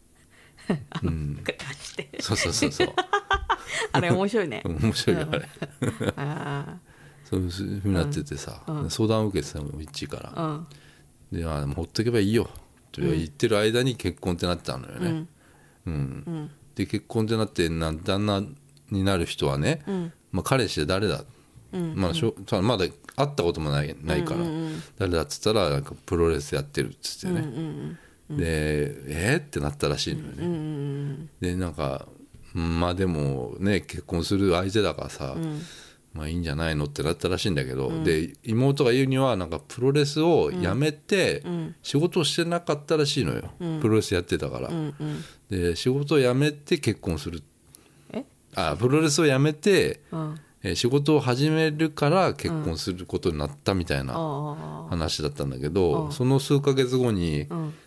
そうあれ面白いね。 面白いよあれ。そういうふうになっててさ、相談を受けてたの一から、でもうほっとけばいいよと言ってる間に結婚ってなったのよね。で結婚ってなって旦那になる人はね、彼氏で誰だ、まだ会ったこともないから、誰だっつったらなんかプロレスやってるっつってね、でってなったらしいのよね。でなんかでもね結婚する相手だからさ、いいんじゃないのってなったらしいんだけど、で妹が言うにはなんかプロレスをやめて仕事をしてなかったらしいのよ、プロレスやってたから、で仕事を辞めて結婚する、プロレスをやめて、仕事を始めるから結婚することになったみたいな話だったんだけど、その数ヶ月後に、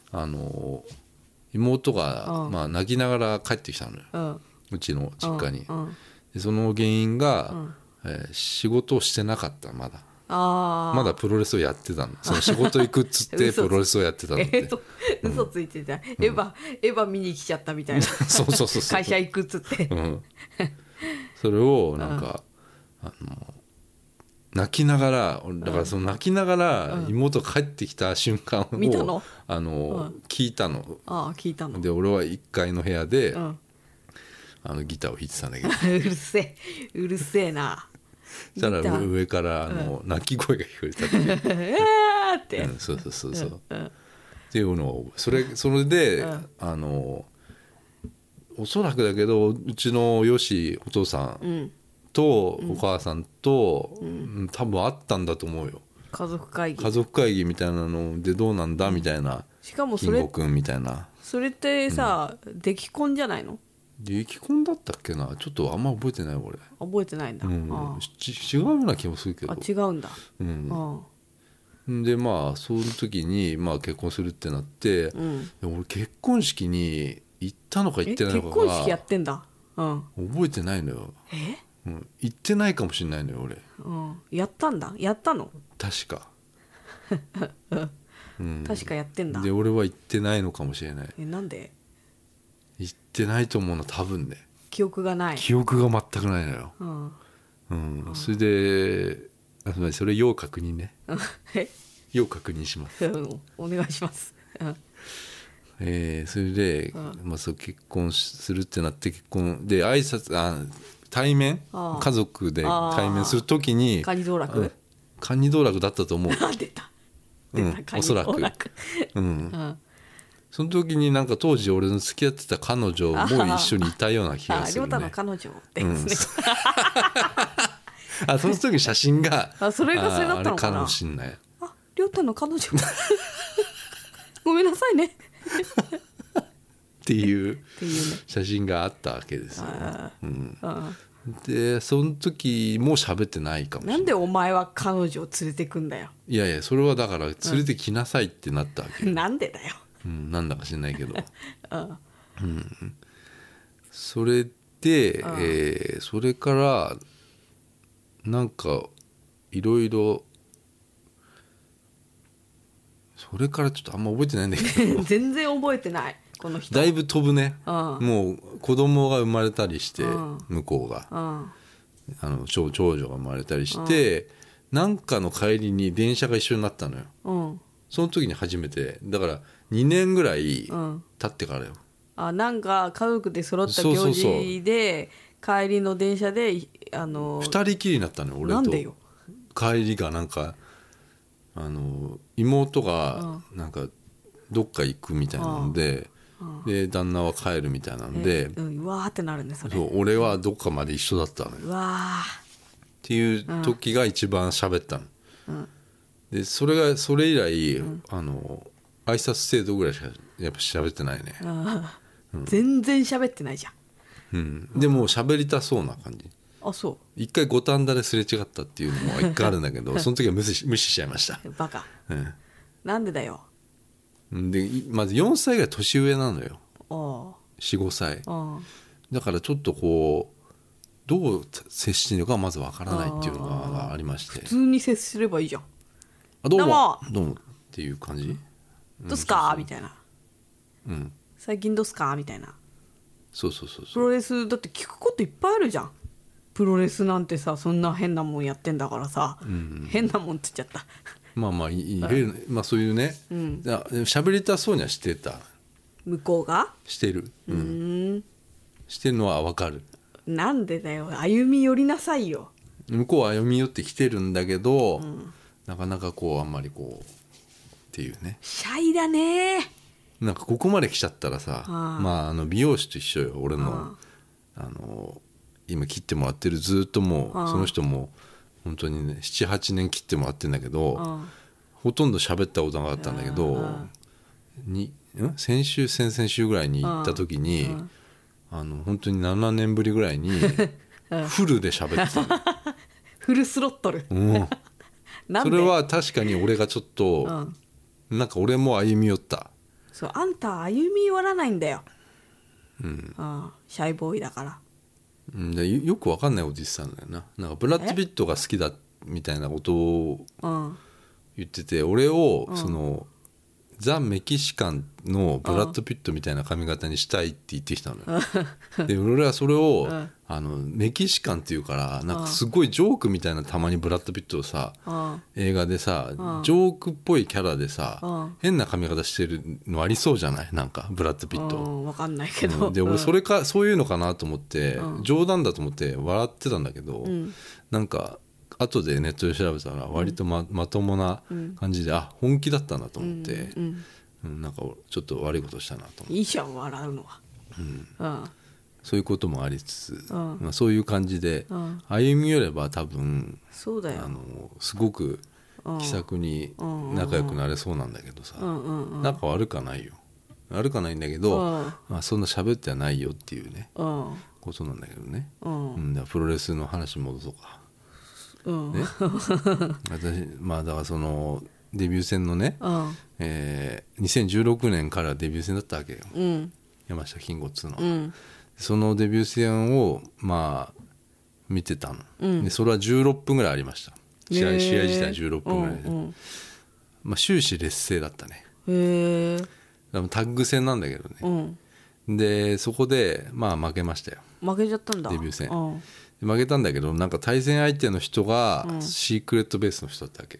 妹が、泣きながら帰ってきたのよ、うちの実家に。でその原因が、仕事をしてなかった。まだプロレスをやってたの。その仕事行くっつってプロレスをやってたのって。 嘘ついてた。エヴァ見に来ちゃったみたいな。 そう会社行くっつって、 それをなんか、泣きながら、だからその泣きながら妹が帰ってきた瞬間を見たの？ 聞いたの。 聞いたの。 で俺は1階の部屋で、ギターを弾いてたんだけどうるせえな。 そしたら上から泣き声が聞こえたって、そうっていうのをそれで、おそらくだけどうちのよしお父さんとお母さんと、多分あったんだと思うよ。 家族会議みたいなのでどうなんだみたいな。 しかも金吾くんみたいな。 それってさ、出来婚じゃないの？ 出来婚だったっけな、ちょっとあんま覚えてない俺。 覚えてないんだ。 違うような気もするけど。 違うんだ。 でその時に結婚するってなって、俺結婚式に行ったのか行ってないのかが結婚式やってんだ。 覚えてないのよ。行ってないかもしれないのよ俺。 やったんだ。やったの？ 確か。 確かやってんだ。 で俺は行ってないのかもしれない。 なんで？ 行ってないと思うの多分ね。 記憶がない。 記憶が全くないのよ。それでそれ要確認ね。要確認します。 お願いします。 それで、そう結婚するってなって結婚で挨拶対面家族で対面するときにカニ道楽だったと思う。 出たおそらく。その時になんか当時俺の付き合ってた彼女も一緒にいたような気がするね。 亮太の彼女ですね。 その時写真がそれだったのかな。 あれかもしんない。 亮太の彼女ごめんなさいねっていう写真があったわけですよ。でその時も喋ってないかもしれない。 なんでお前は彼女を連れてくんだよ。 いやそれはだから連れてきなさいってなったわけ。 なんでだよ。 なんだか知んないけど。それで、それからなんかいろいろそれからちょっとあんま覚えてないんだけど全然覚えてないこの人。 だいぶ飛ぶね。もう子供が生まれたりして、向こうが長女が生まれたりして、なんかの帰りに電車が一緒になったのよ。その時に初めてだから2年ぐらい経ってからよ。 なんか家族で揃った行事で帰りの電車で2 人きりになったのよ俺と。 なんでよ。 帰りがなんか妹がなんかどっか行くみたいなので、で旦那は帰るみたいなので、 うわーってなるねそれ。 そう俺はどっかまで一緒だったのよ。 うわっていう時が一番喋ったの。でそれ以来挨拶程度ぐらいしかやっぱ喋ってないね。 全然喋ってないじゃん。 うん、でも喋りたそうな感じ。 あ、そう。 一回五反田ですれ違ったっていうのも一回あるんだけどその時は無視しちゃいました。 バカ、 うん、 なんでだよ。 でまず4歳ぐらい年上なのよ。4、5歳だからちょっとこうどう接していいのかまずわからないっていうのがありまして、 普通に接すればいいじゃん。 あ、どうもどうもっていう感じ。 どうすかみたいな、 うん、 最近どうすかみたいな。 そうそうそうそう。 プロレスだって聞くこといっぱいあるじゃん。プロレスなんてさ、そんな変なもんやってんだからさ、うん、変なもんって言っちゃった。 まあまあいい、まあそういうね、うん、喋りたそうにはしてた。 向こうがしてる、うん、してるのは分かる。 なんでだよ、歩み寄りなさいよ。 向こうは歩み寄ってきてるんだけど、うん、なかなかこうあんまりこうっていうね。 シャイだね。 なんかここまで来ちゃったらさ、まあ美容師と一緒よ。俺の今切ってもらってるずっともうその人も本当にね 7,8 年切ってもらってるんだけど、ほとんど喋ったことなかったんだけど、先々週ぐらいに行った時に本当に7年ぶりぐらいにフルで喋ってたのフルスロットル、 うん、それは確かに俺がちょっと、なんか俺も歩み寄った。 そう、あんた歩み寄らないんだよ、うん、シャイボーイだから。 でよく分かんないこと言ってたんだよな。なんかブラッド・ピットが好きだみたいなことを言ってて、俺をその、ザ・メキシカンのブラッド・ピットみたいな髪型にしたいって言ってきたのよ。で俺はそれをメキシカンっていうからなんかすごいジョークみたいな、たまにブラッド・ピットをさ映画でさジョークっぽいキャラでさ変な髪型してるのありそうじゃない、なんかブラッド・ピット。 分かんないけど、 で俺そういうのかなと思って冗談だと思って笑ってたんだけど、なんか後でネットで調べたら割と まともな感じで、あ、本気だったんだと思って、なんかちょっと悪いことしたなと思って。 いいじゃん笑うのは、 そういうこともありつつ、まあ、そういう感じで歩み寄れば多分そうだよ、 すごく気さくに仲良くなれそうなんだけどさ、仲悪かないよ、悪かないんだけど、まあ、そんな喋ってはないよっていうね、ことなんだけどね、プロレスの話に戻そうか。ね、私まあだからそのデビュー戦のね、2016年からデビュー戦だったわけよ、山下金吾っつうのは、そのデビュー戦をまあ見てたの、でそれは16分ぐらいありました。試合自体16分ぐらいで、まあ、終始劣勢だったね。でもタッグ戦なんだけどね、でそこでまあ負けましたよ。 負けちゃったんだ、 デビュー戦、負けたんだけど、なんか対戦相手の人がシークレットベースの人だったわけ。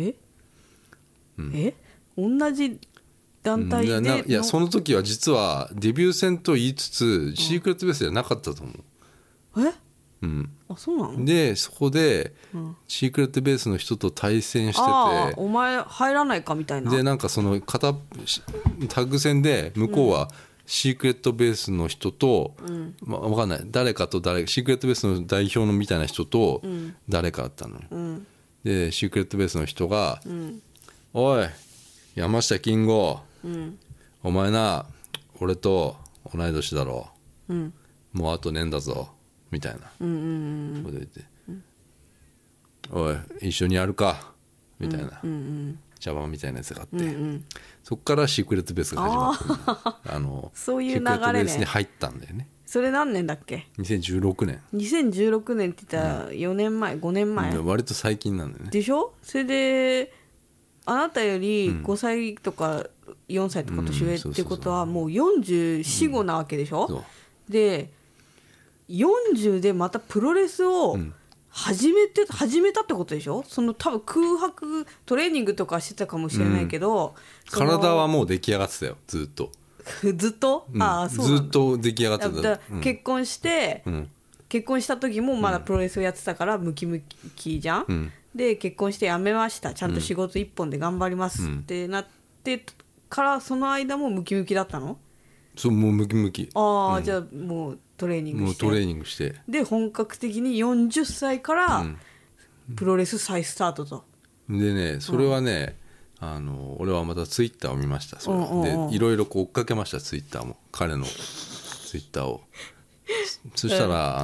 同じ団体でいやその時は実はデビュー戦と言いつつシークレットベースじゃなかったと思う。 あ、そうなの。 でそこでシークレットベースの人と対戦してて、 お前入らないかみたいな。 でなんかそのタッグ戦で向こうはシークレットベースの人と、分かんない誰かと誰か、シークレットベースの代表のみたいな人と誰かだったのよ、でシークレットベースの人が、おい山下金吾、お前な俺と同い年だろ、もうあと年だぞみたいなこと言って、おい一緒にやるかみたいな、茶番みたいなやつがあって、そっからシークレットベースが始まってそういう流れね。シークレットベースに入ったんだよね。 それ何年だっけ。 2016年。 2016年って言ったら4年前、5年前、 割と最近なんだよね。 でしょ。それであなたより5歳とか4歳とか年上ってことはもう44、5なわけでしょ、で40でまたプロレスを始めたってことでしょ。その多分空白トレーニングとかしてたかもしれないけど、 体はもう出来上がってたよずっとずっと、そうずっと出来上がってた。 結婚して、結婚した時もまだプロレスをやってたからムキムキじゃん、で結婚して辞めました、ちゃんと仕事一本で頑張りますってなってから、その間もムキムキだったの。 そう、もうムキムキ。 じゃあもうトレーニングしてで本格的に40歳からプロレス再スタートと、 でねそれはね、 俺はまたツイッターを見ました。それでいろいろこう追っかけました。ツイッターも彼のツイッターをそしたら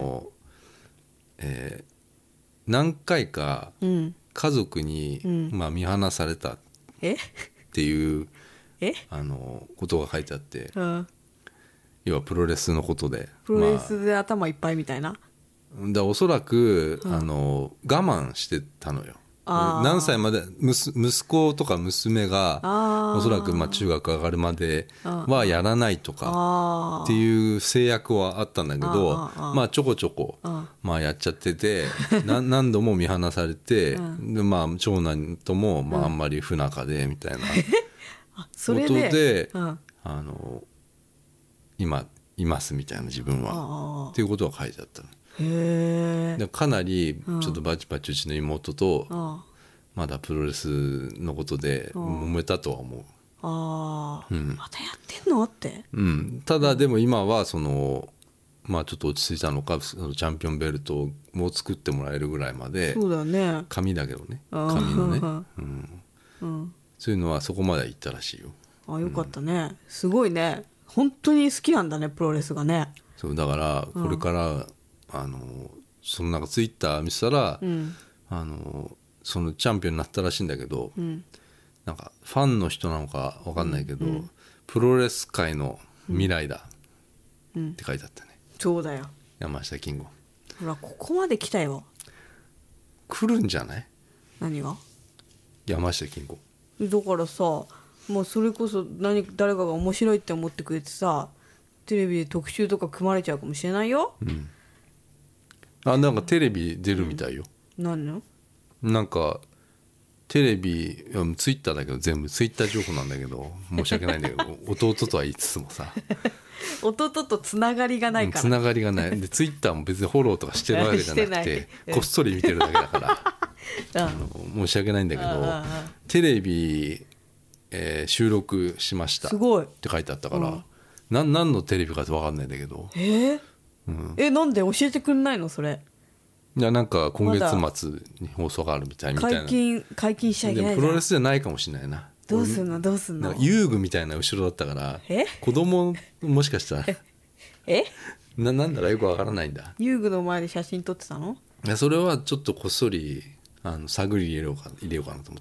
何回か家族に、まあ、見放されたっていうことが書いてあって、要はプロレスのことでプロレスで頭いっぱいみたいな、 だおそらく、我慢してたのよ。何歳まで息子とか娘がおそらくまあ中学上がるまではやらないとかっていう制約はあったんだけど、まあちょこちょこまあやっちゃってて何度も見放されて、でまあ長男ともまああんまり不仲でみたいなことで今いますみたいな自分はっていうことが書いてあったの。でかなりちょっとバチバチうちの妹とまだプロレスのことで揉めたとは思う。 またやってんのって、 ただでも今はまあちょっと落ち着いたのかチャンピオンベルトを作ってもらえるぐらいまで、 そうだね、 紙だけどね、紙のね、そういうのはそこまで行ったらしいよ。 よかったね、すごいね、本当に好きなんだねプロレスがね。 そうだからこれからそのなんかツイッター見せたら、そのチャンピオンになったらしいんだけど、なんかファンの人なのか分かんないけど、プロレス界の未来だって書いてあったね、 そうだよ山下金吾。 ほらここまで来たよ。 来るんじゃない？ 何が？ 山下金吾だからさ、もうそれこそ誰かが面白いって思ってくれてさ、テレビで特集とか組まれちゃうかもしれないよ。 なんかテレビ出るみたいよ。 何の？ なんかテレビツイッターだけど全部ツイッター情報なんだけど申し訳ないんだけど弟とは言いつつもさ弟とつながりがないから、 つながりがないでツイッターも別にフォローとかしてるわけじゃなくてこっそり見てるだけだから申し訳ないんだけどテレビ、収録しましたって書いてあったから、何のテレビかって分かんないんだけど、 なんで教えてくんないのそれ。 いやなんか今月末に放送があるみたいな解禁しちゃいけないじゃん。 でもプロレスじゃないかもしれないな。 どうすんの遊具みたいな後ろだったから子供もしかしたらなんだかよくわからないんだ。 遊具の前で写真撮ってたの？ いやそれはちょっとこっそり探り入れようかなと思って、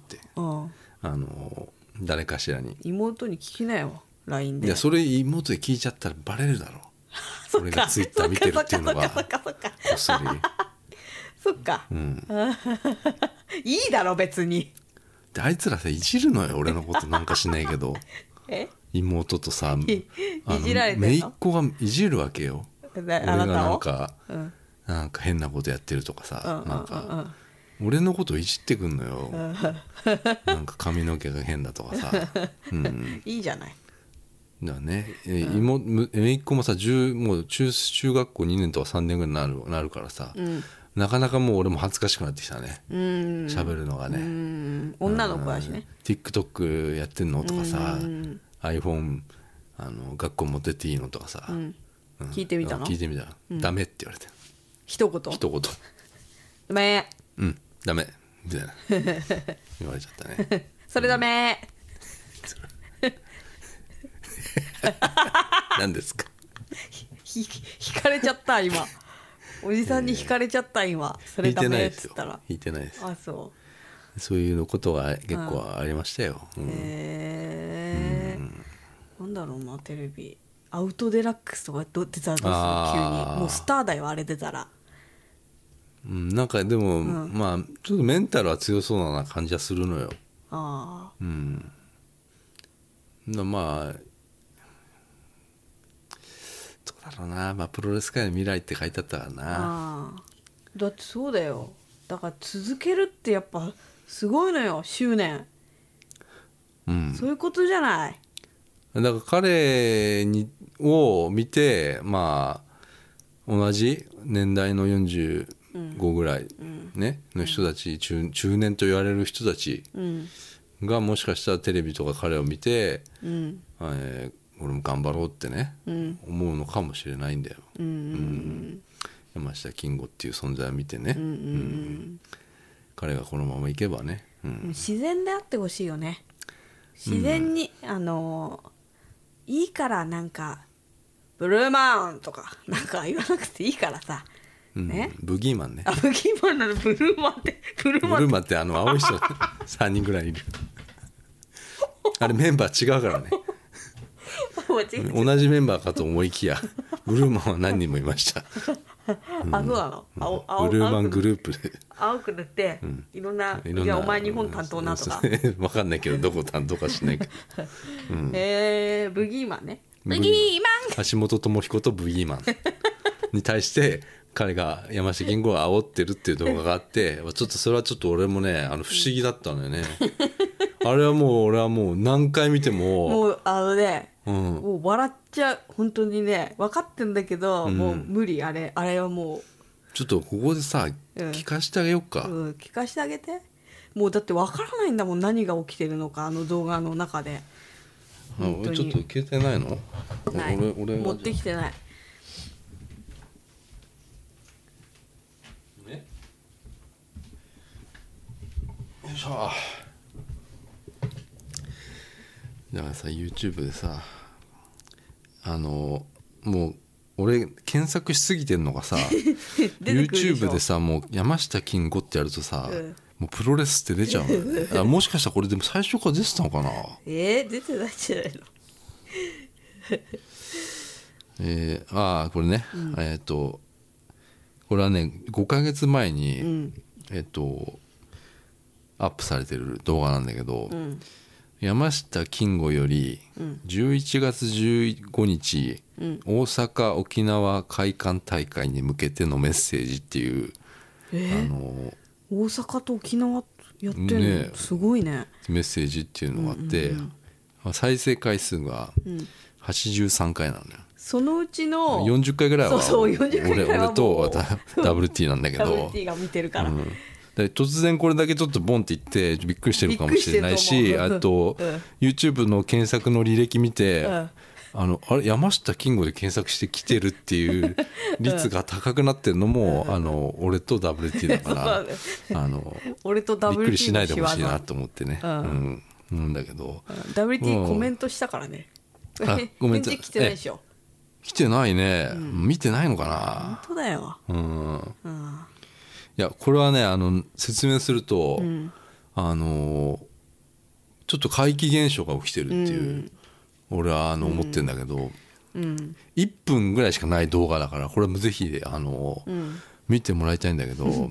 誰かしらに妹に聞きなよ LINE で。 いやそれ妹で聞いちゃったらバレるだろ俺がツイッター見てるっていうのがこっそりそっか、いいだろ別に。 であいつらさいじるのよ俺のことなんかしないけど妹とさいじられてんの？ 姪っ子がいじるわけよ。俺がなんか変なことやってるとかさ、なんか俺のこといじってくんのよなんか髪の毛が変だとかさ、 いいじゃない。 だね、姪っ子もさもう中学校2年とか3年ぐらいになるからさ、なかなかもう俺も恥ずかしくなってきたね喋るのがね。 女の子だしね。 TikTok やってんのとかさ、iPhone 学校持ってっていいのとかさ、 聞いてみたの？ 聞いてみたら、ダメって言われて一言ダメダメみたいな言われちゃったねそれダメ何ですか引かれちゃった今おじさんに引かれちゃった今それダメっつったら引いてないです。 あそういうことが結構ありましたよ。 なんだろうな、テレビアウトデラックスとか出たらどうする？急にもうスターだよあれ出たら。 なんかでも、まあちょっとメンタルは強そうな感じはするのよ。まあどうだろうな、まあ、プロレス界の未来って書いてあったからな。 だってそうだよ。だから続けるってやっぱすごいのよ、執念。そういうことじゃない。 だから彼を見て、まあ同じ年代の45ぐらい、ね、の人たち、中年と言われる人たちがもしかしたらテレビとか彼を見て、俺も頑張ろうってね、思うのかもしれないんだよ。山下金吾っていう存在を見てね。 彼がこのままいけばね、 自然であってほしいよね。自然に、いいからなんかブルーマンとかなんか言わなくていいからさ、ね、 ブギーマンね。 ブギーマンなの。ブルーマンってブルーマンって青い人3人ぐらいいるあれメンバー違うからね同じメンバーかと思いきやブルーマンは何人もいましたそうなの。 ブルーマングループで青く塗って、いろんな、じゃあお前日本担当なとか分かんないけどどこ担当かしないけど、 ブギーマンね。ブギーマン橋本智彦とブギーマンに対して彼が山下金吾を煽ってるっていう動画があってちょっとそれはちょっと俺もね不思議だったのよねあれはもう俺はもう何回見てももうもう笑っちゃう。本当にね分かってんだけど、もう無理。あれはもうちょっとここでさ、聞かしてあげようか、 聞かしてあげて。もうだって分からないんだもん、何が起きてるのか動画の中で。 俺ちょっと携帯ないの？ ない。俺持ってきてない。 ね、よいしょ。だからさ YouTube でさもう俺検索しすぎてんのがさYouTube でさもう山下金吾ってやるとさ、もうプロレスって出ちゃうもしかしたらこれでも最初から出てたのかな。 出てないんじゃないの。これね、これはね5ヶ月前に、アップされてる動画なんだけど、山下金吾より11月15日、大阪沖縄会館大会に向けてのメッセージっていう、 大阪と沖縄やってるの、ね、すごいね。 メッセージっていうのがあって、再生回数が83回なのよ。 そのうちの 40回ぐらいは 40回ぐらいは俺とWT なんだけど WT が見てるから、 で突然これだけちょっとボンっていってびっくりしてるかもしれないし、あと YouTube の検索の履歴見て、あれ山下金吾で検索してきてるっていう率が高くなってるのも俺と WT だから俺と WT びっくりしないでほしいなと思ってね、だけど WT コメントしたからね。 コメント返事来てないでしょ。 来てないね、見てないのかな。 本当だよ。 いやこれはね説明すると、ちょっと怪奇現象が起きてるっていう、俺は思ってるんだけど、1分ぐらいしかない動画だからこれもぜひ見てもらいたいんだけど、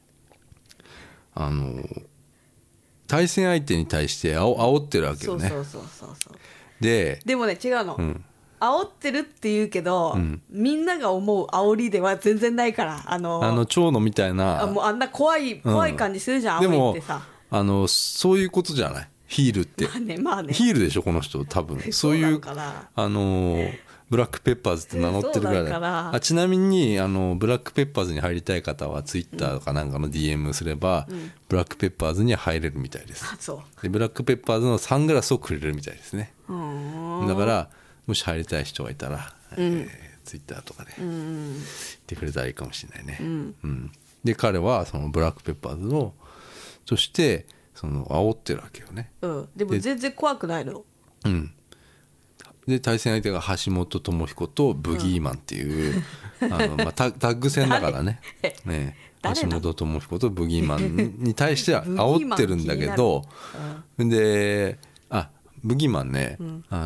対戦相手に対して煽ってるわけよね。でもね違うの、煽ってるって言うけど、みんなが思う煽りでは全然ないから、 蝶野みたいなもうあんな怖い感じするじゃん、煽りってさ。 でもそういうことじゃないヒールって、 まあね、 ヒールでしょこの人多分そういうブラックペッパーズって名乗ってるぐらいだ。ちなみにブラックペッパーズに入りたい方はツイッターかなんかの DM すれば、ブラックペッパーズには入れるみたいです。でブラックペッパーズのサングラスをくれるみたいですね。だからもし入りたい人がいたら、ツイッターとかで言ってくれたらいいかもしれないね。で彼はそのブラックペッパーズのとして煽ってるわけよね。 でも全然怖くないの。 で対戦相手が橋本智彦とブギーマンっていう、タッグ戦だからね。橋本智彦とブギーマンに対しては煽ってるんだけど、でブギーマンね、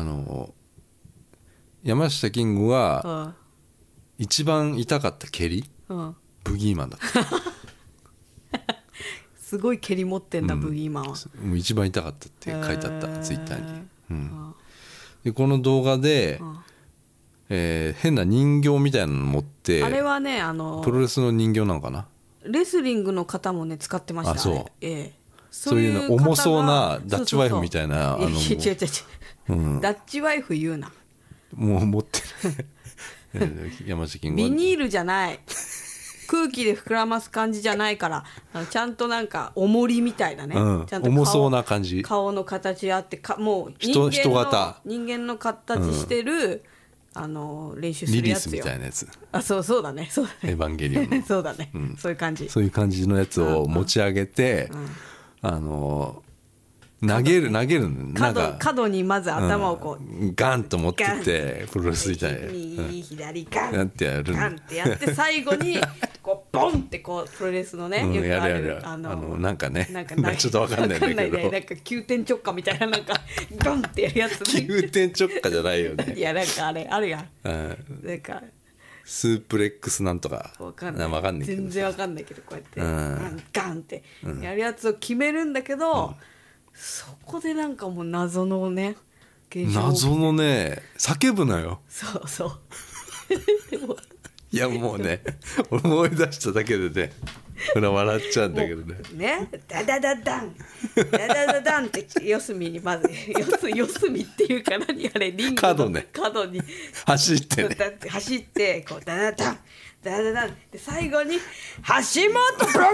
山下金吾が一番痛かった蹴り、ブギーマンだったすごい蹴り持ってんだ、ブギーマンは。 もう一番痛かったって書いてあった、ツイッターに。でこの動画で、変な人形みたいなの持って、 あれはねプロレスの人形なのかな。 レスリングの方もね使ってましたね。 そういう重そうなダッチワイフみたいな。違うダッチワイフ言うな。 もう持ってる山下金吾ビニールじゃない、空気で膨らます感じじゃないから、ちゃんとなんか重りみたいなね、ちゃんと重そうな感じ、 顔の形あってもう人型人間の形してる、 練習するやつよ。 リリースみたいなやつ。 そうだねそうだね。 エヴァンゲリオンのそうだね、そういう感じ。 そういう感じのやつを持ち上げて、投げるなんか角にまず頭をこう、 ガンと持ってってプロレスみたいな、 右左ガンガンってやるガンってやって最後にこうボンってこうプロレスのね、よくあるなんかね、 なんかちょっとわかんないんだけど、 なんか急転直下みたいななんかガンってやるやつ、 急転直下じゃないよね。 いやなんかあれあるやん、なんかスープレックスなんとかわかんないけど、 全然わかんないけど、こうやってガンってやるやつを決めるんだけど、そこでなんかもう謎のね現象、 謎のね叫ぶのよ。 そうでもいやもうね思い出しただけでね笑っちゃうんだけどね。 ダダダダンダダダダンって四隅にまず四隅っていうか何あれリングの角に走ってね、 走ってこうダダダンダダダンで最後に橋本ブラブラブラ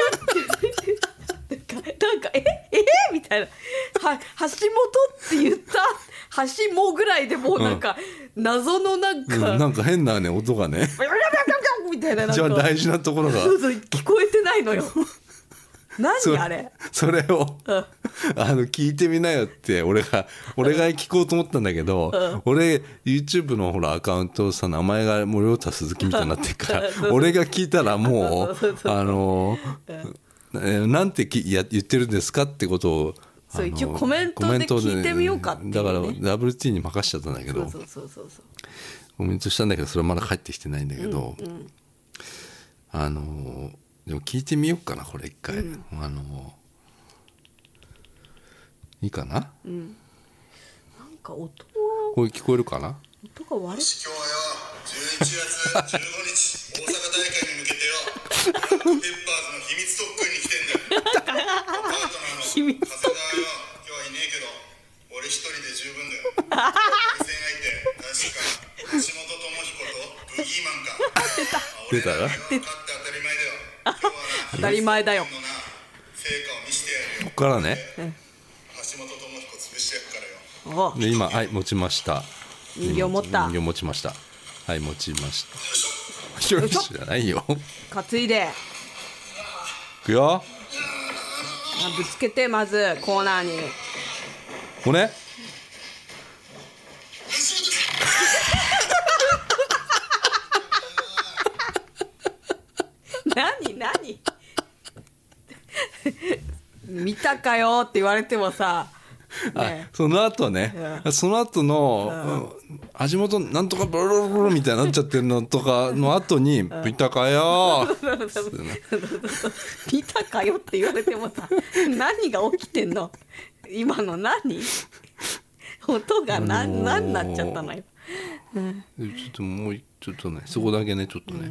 なんかみたいな、橋本って言った橋もぐらいでもうなんか謎のなんか変なね音がねみたいな、 一番大事なところがそう聞こえてないのよ。何あれそれを聞いてみなよって俺が聞こうと思ったんだけど、俺 YouTube のほらアカウントさ名前が森田鈴木みたいになってるから俺が聞いたらもうなんて言ってるんですかってことをそう一応コメントで聞いてみようかっていう、ね、 だから WT に任しちゃったんだけど、コメントしたんだけどそれはまだ返ってきてないんだけど、でも聞いてみようかなこれ一回、いいかな、なんか音はこれ聞こえるかな。 音が割れ今日はよ11月15日大阪大会に向けてよブラックペッパーズの秘密特訓に来てんだよ。パートナーの長谷川よ今日はいねえけど俺一人で十分だよ。対戦相手確か橋本智彦とブギーマンか。 出たら勝って当たり前だよ。今日はな当たり前だよ。 成果を見せてやるよ。 ここからね、 橋本智彦潰してやるからよ。 で今はい持ちました。 人形持った。 人形持ちました。はい持ちました。よしじゃないよ。 担いで。 いくよ。 ぶつけてまずコーナーに。 これ。 何見たかよって言われてもさ、 ね、その後ね、その後の、橋本なんとかブルルルルみたいになっちゃってるのとかの後に見たかよ見たかよって言われてもさ何が起きてんの今の何音が何なっちゃったのよ、 ちょっともうちょっとねそこだけねちょっとね、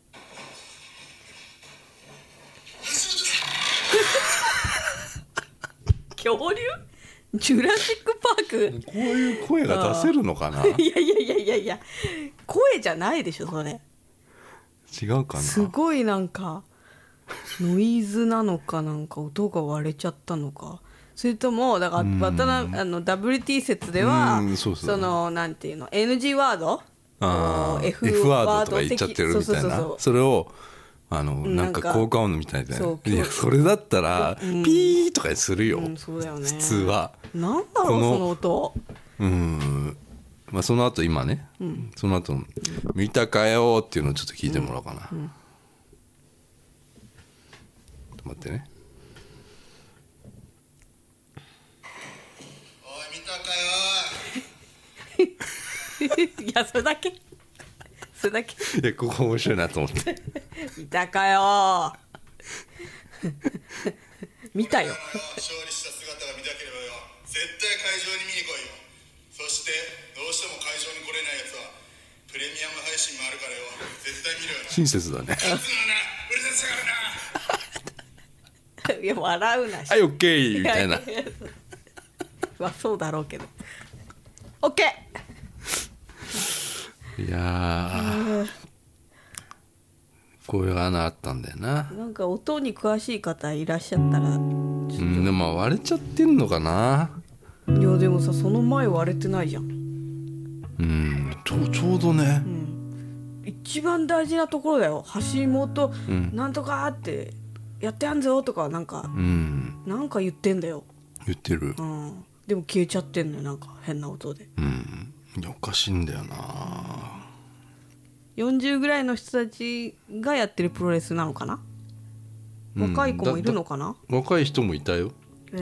恐竜ジュラシック・パークこういう声が出せるのかな。いや声じゃないでしょそれ。 違うかな。 すごいなんかノイズなのかなんか音が割れちゃったのか、それともだからWT 説ではそのなんていうの NG ワード F ワードとか言っちゃってるみたいな、それをなんか効果音みたいで、いやそれだったらピーとかにするよ、 そうだよね、 普通は。 なんだろうその音。 まあその後今ね、その後見たかよっていうのをちょっと聞いてもらおうかな、ちょっと待ってね。 おい見たかよいやそれだけそれだけ。 いやここ面白いなと思って見たかよ見たよ。 勝利した姿が見たければよ絶対会場に見に来いよ。そしてどうしても会場に来れないやつはプレミアム配信もあるからよ絶対見るよな。 親切だね。 勝つのな俺たちだからな。 いや笑うなし。 はいオッケーみたいなまあそうだろうけどオッケー。いやこういう穴あったんだよな。 なんか音に詳しい方いらっしゃったらでも割れちゃってんのかな。 いやでもさその前割れてないじゃん。 どちょうどね、 一番大事なところだよ。橋本なんとかってやってやんぞとかなんか言ってんだよ。 言ってる、 でも消えちゃってんのよ、なんか変な音で。 いやおかしいんだよな。 40ぐらいの人たちがやってるプロレスなのかな。若い子もいるのかな。 若い人もいたよ。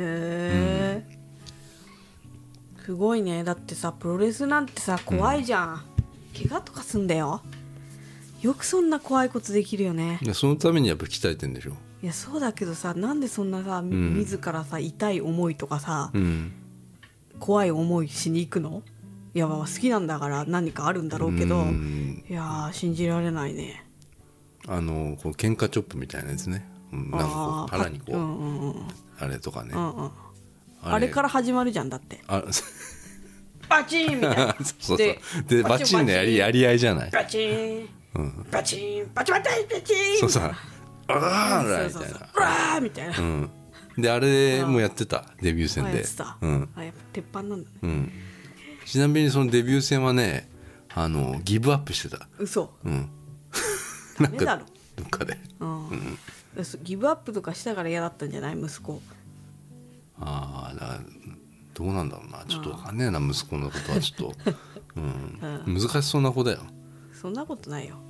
すごいね。だってさ、プロレスなんてさ怖いじゃん、怪我とかすんだよ。よくそんな怖いことできるよね。 いやそのためにやっぱ鍛えてんでしょ。 いやそうだけどさ、なんでそんなさ、自らさ痛い思いとかさ、怖い思いしに行くの。いや好きなんだから何かあるんだろうけど、いや信じられないね。 こう喧嘩チョップみたいなやつね、なんかこう腹にこう、あれとかね、 あれから始まるじゃん。だってバチンみたいなそうでバチンのやり合いじゃない。 バチン、バチンバチバチバチン、 そうさあらみたいな、 あみたいな、 であれもやってたデビュー戦で。 やっぱ鉄板なんだね。 ちなみにそのデビュー戦はね、ギブアップしてた。 嘘。 ダメだろどっかで。 ギブアップとかしたから嫌だったんじゃない、息子。 どうなんだろうな、ちょっと分かんねえな、息子のことはちょっと、難しそうな子だよ。 そんなことないよ。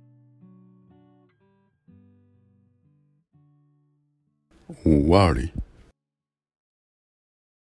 終わり。